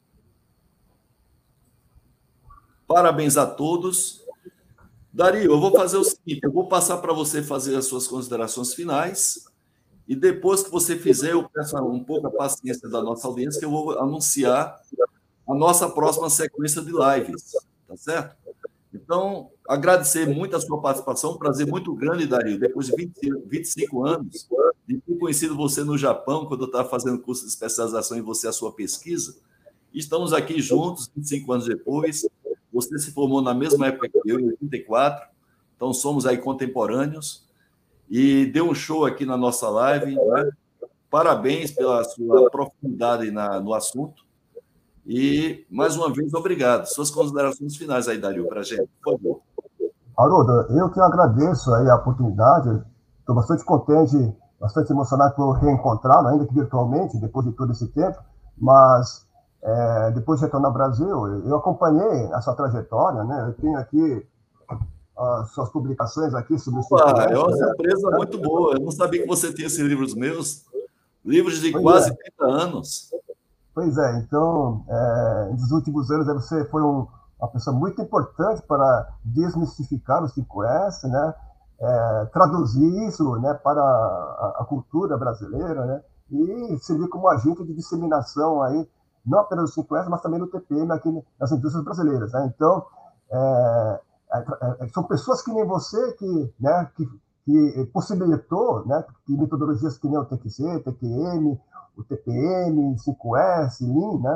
parabéns a todos. Dario, eu vou fazer o seguinte, eu vou passar para você fazer as suas considerações finais e depois que você fizer, eu peço um pouco a paciência da nossa audiência, que eu vou anunciar a nossa próxima sequência de lives, tá certo? Então, agradecer muito a sua participação, um prazer muito grande, Dario, depois de vinte, vinte e cinco anos, de ter conhecido você no Japão, quando eu estava fazendo curso de especialização em você, a sua pesquisa. Estamos aqui juntos, vinte e cinco anos depois. Você se formou na mesma época que eu, em oitenta e quatro, então somos aí contemporâneos, e deu um show aqui na nossa live, né? Parabéns pela sua profundidade na, no assunto. E, mais uma vez, obrigado. Suas considerações finais aí, Dario, para a gente, por favor. Haroldo, eu que agradeço aí a oportunidade. Estou bastante contente, bastante emocionado por reencontrá-lo, ainda que virtualmente, depois de todo esse tempo. Mas, é, depois de retornar ao Brasil, eu acompanhei a sua trajetória, né? Eu tenho aqui as suas publicações aqui sobre o ah, É uma surpresa muito boa. Eu não sabia que você tinha esses livros meus. Livros de pois quase é. trinta anos. Pois é, então, é, nos últimos anos você foi um, uma pessoa muito importante para desmistificar o cinco S, né? É, traduzir isso, né, para a, a cultura brasileira, né? E servir como agente de disseminação aí, não apenas do cinco S, mas também do T P M aqui nas indústrias brasileiras, né? Então, é, é, são pessoas que nem você que, né, que, que possibilitou, né, que metodologias que nem o T Q C, T Q M, o T P M, cinco S, Lean, né,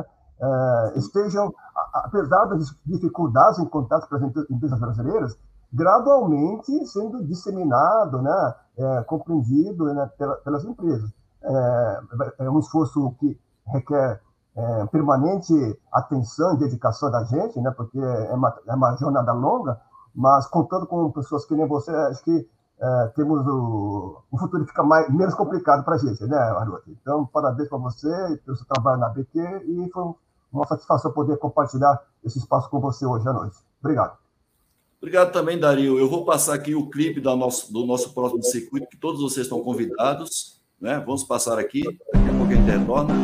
é, estejam, apesar das dificuldades em contato com as empresas brasileiras, gradualmente sendo disseminado, né, é, compreendido, né, pela, pelas empresas. É, é um esforço que requer é, permanente atenção e dedicação da gente, né, porque é uma, é uma jornada longa, mas contando com pessoas que nem você, acho que é, temos o, o futuro fica mais, menos complicado para a gente, né, Haroldo? Então, parabéns para você e pelo seu trabalho na B Q, e foi uma satisfação poder compartilhar esse espaço com você hoje à noite. Obrigado. Obrigado também, Dario. Eu vou passar aqui o clipe da nosso, do nosso próximo circuito, que todos vocês estão convidados, né? Vamos passar aqui, daqui a pouco a gente retorna.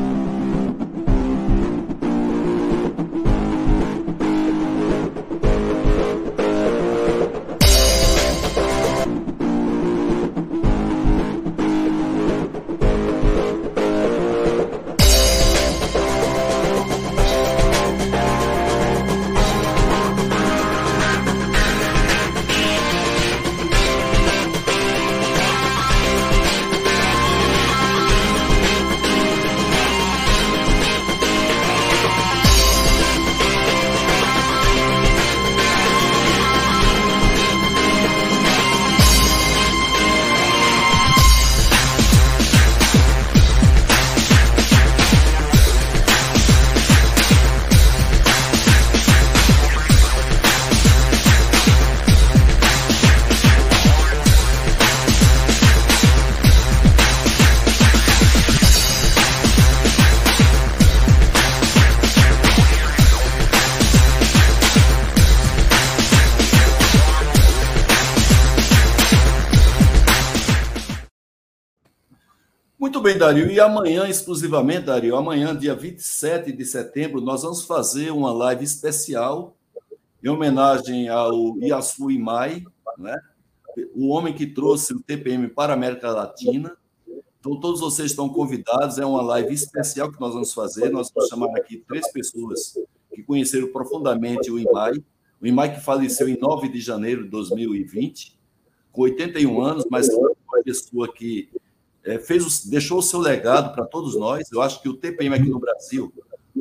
Muito bem, Dario. E amanhã, exclusivamente, Dario, amanhã, dia vinte e sete de setembro, nós vamos fazer uma live especial em homenagem ao Yasu Imai, né? O homem que trouxe o T P M para a América Latina. Então, todos vocês estão convidados. É uma live especial que nós vamos fazer. Nós vamos chamar aqui três pessoas que conheceram profundamente o Imai. O Imai que faleceu em nove de janeiro de dois mil e vinte, com oitenta e um anos, mas foi uma pessoa que É, fez o, deixou o seu legado para todos nós. Eu acho que o T P M aqui no Brasil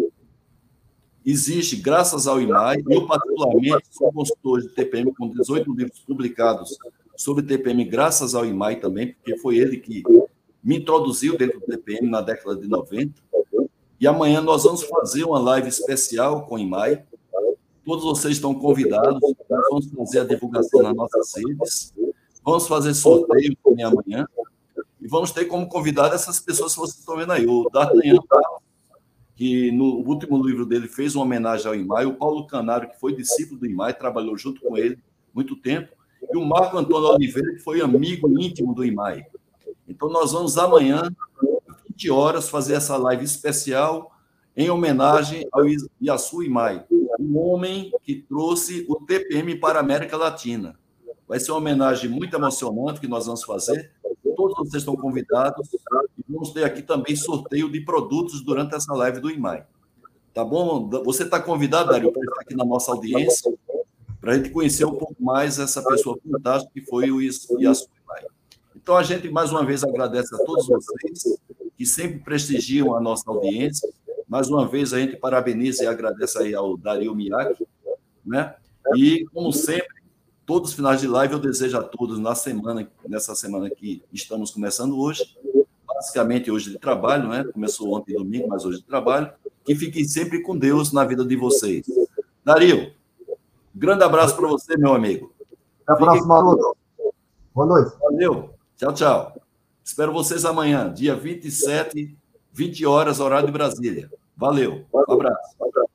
existe graças ao Imai. Eu, particularmente, sou consultor de T P M com dezoito livros publicados sobre T P M graças ao Imai também, porque foi ele que me introduziu dentro do T P M na década de noventa. E amanhã nós vamos fazer uma live especial com o Imai. Todos vocês estão convidados. Nós vamos fazer a divulgação nas nossas redes. Vamos fazer sorteio também amanhã. E vamos ter como convidado essas pessoas que vocês estão vendo aí. O D'Artagnan, que no último livro dele fez uma homenagem ao Imai. O Paulo Canário, que foi discípulo do Imai, trabalhou junto com ele muito tempo. E o Marco Antônio Oliveira, que foi amigo íntimo do Imai. Então, nós vamos amanhã, vinte horas, fazer essa live especial em homenagem ao Yasu Imai, o homem que trouxe o T P M para a América Latina. Vai ser uma homenagem muito emocionante que nós vamos fazer. Todos vocês estão convidados e vamos ter aqui também sorteio de produtos durante essa live do Imai. Tá bom? Você está convidado, Dario, para estar aqui na nossa audiência, para a gente conhecer um pouco mais essa pessoa fantástica que foi o Yasu Imai. Então, a gente, mais uma vez, agradece a todos vocês que sempre prestigiam a nossa audiência. Mais uma vez, a gente parabeniza e agradece aí ao Dario Miyake, né? E, como sempre, todos os finais de live eu desejo a todos, na semana, nessa semana que estamos começando hoje, basicamente hoje de trabalho, né? Começou ontem domingo, mas hoje de trabalho, que fiquem sempre com Deus na vida de vocês. Dario, grande abraço para você, meu amigo. Até a próxima, Haroldo. Boa noite. Valeu. Tchau, tchau. Espero vocês amanhã, dia vinte e sete, vinte horas, horário de Brasília. Valeu. Um abraço.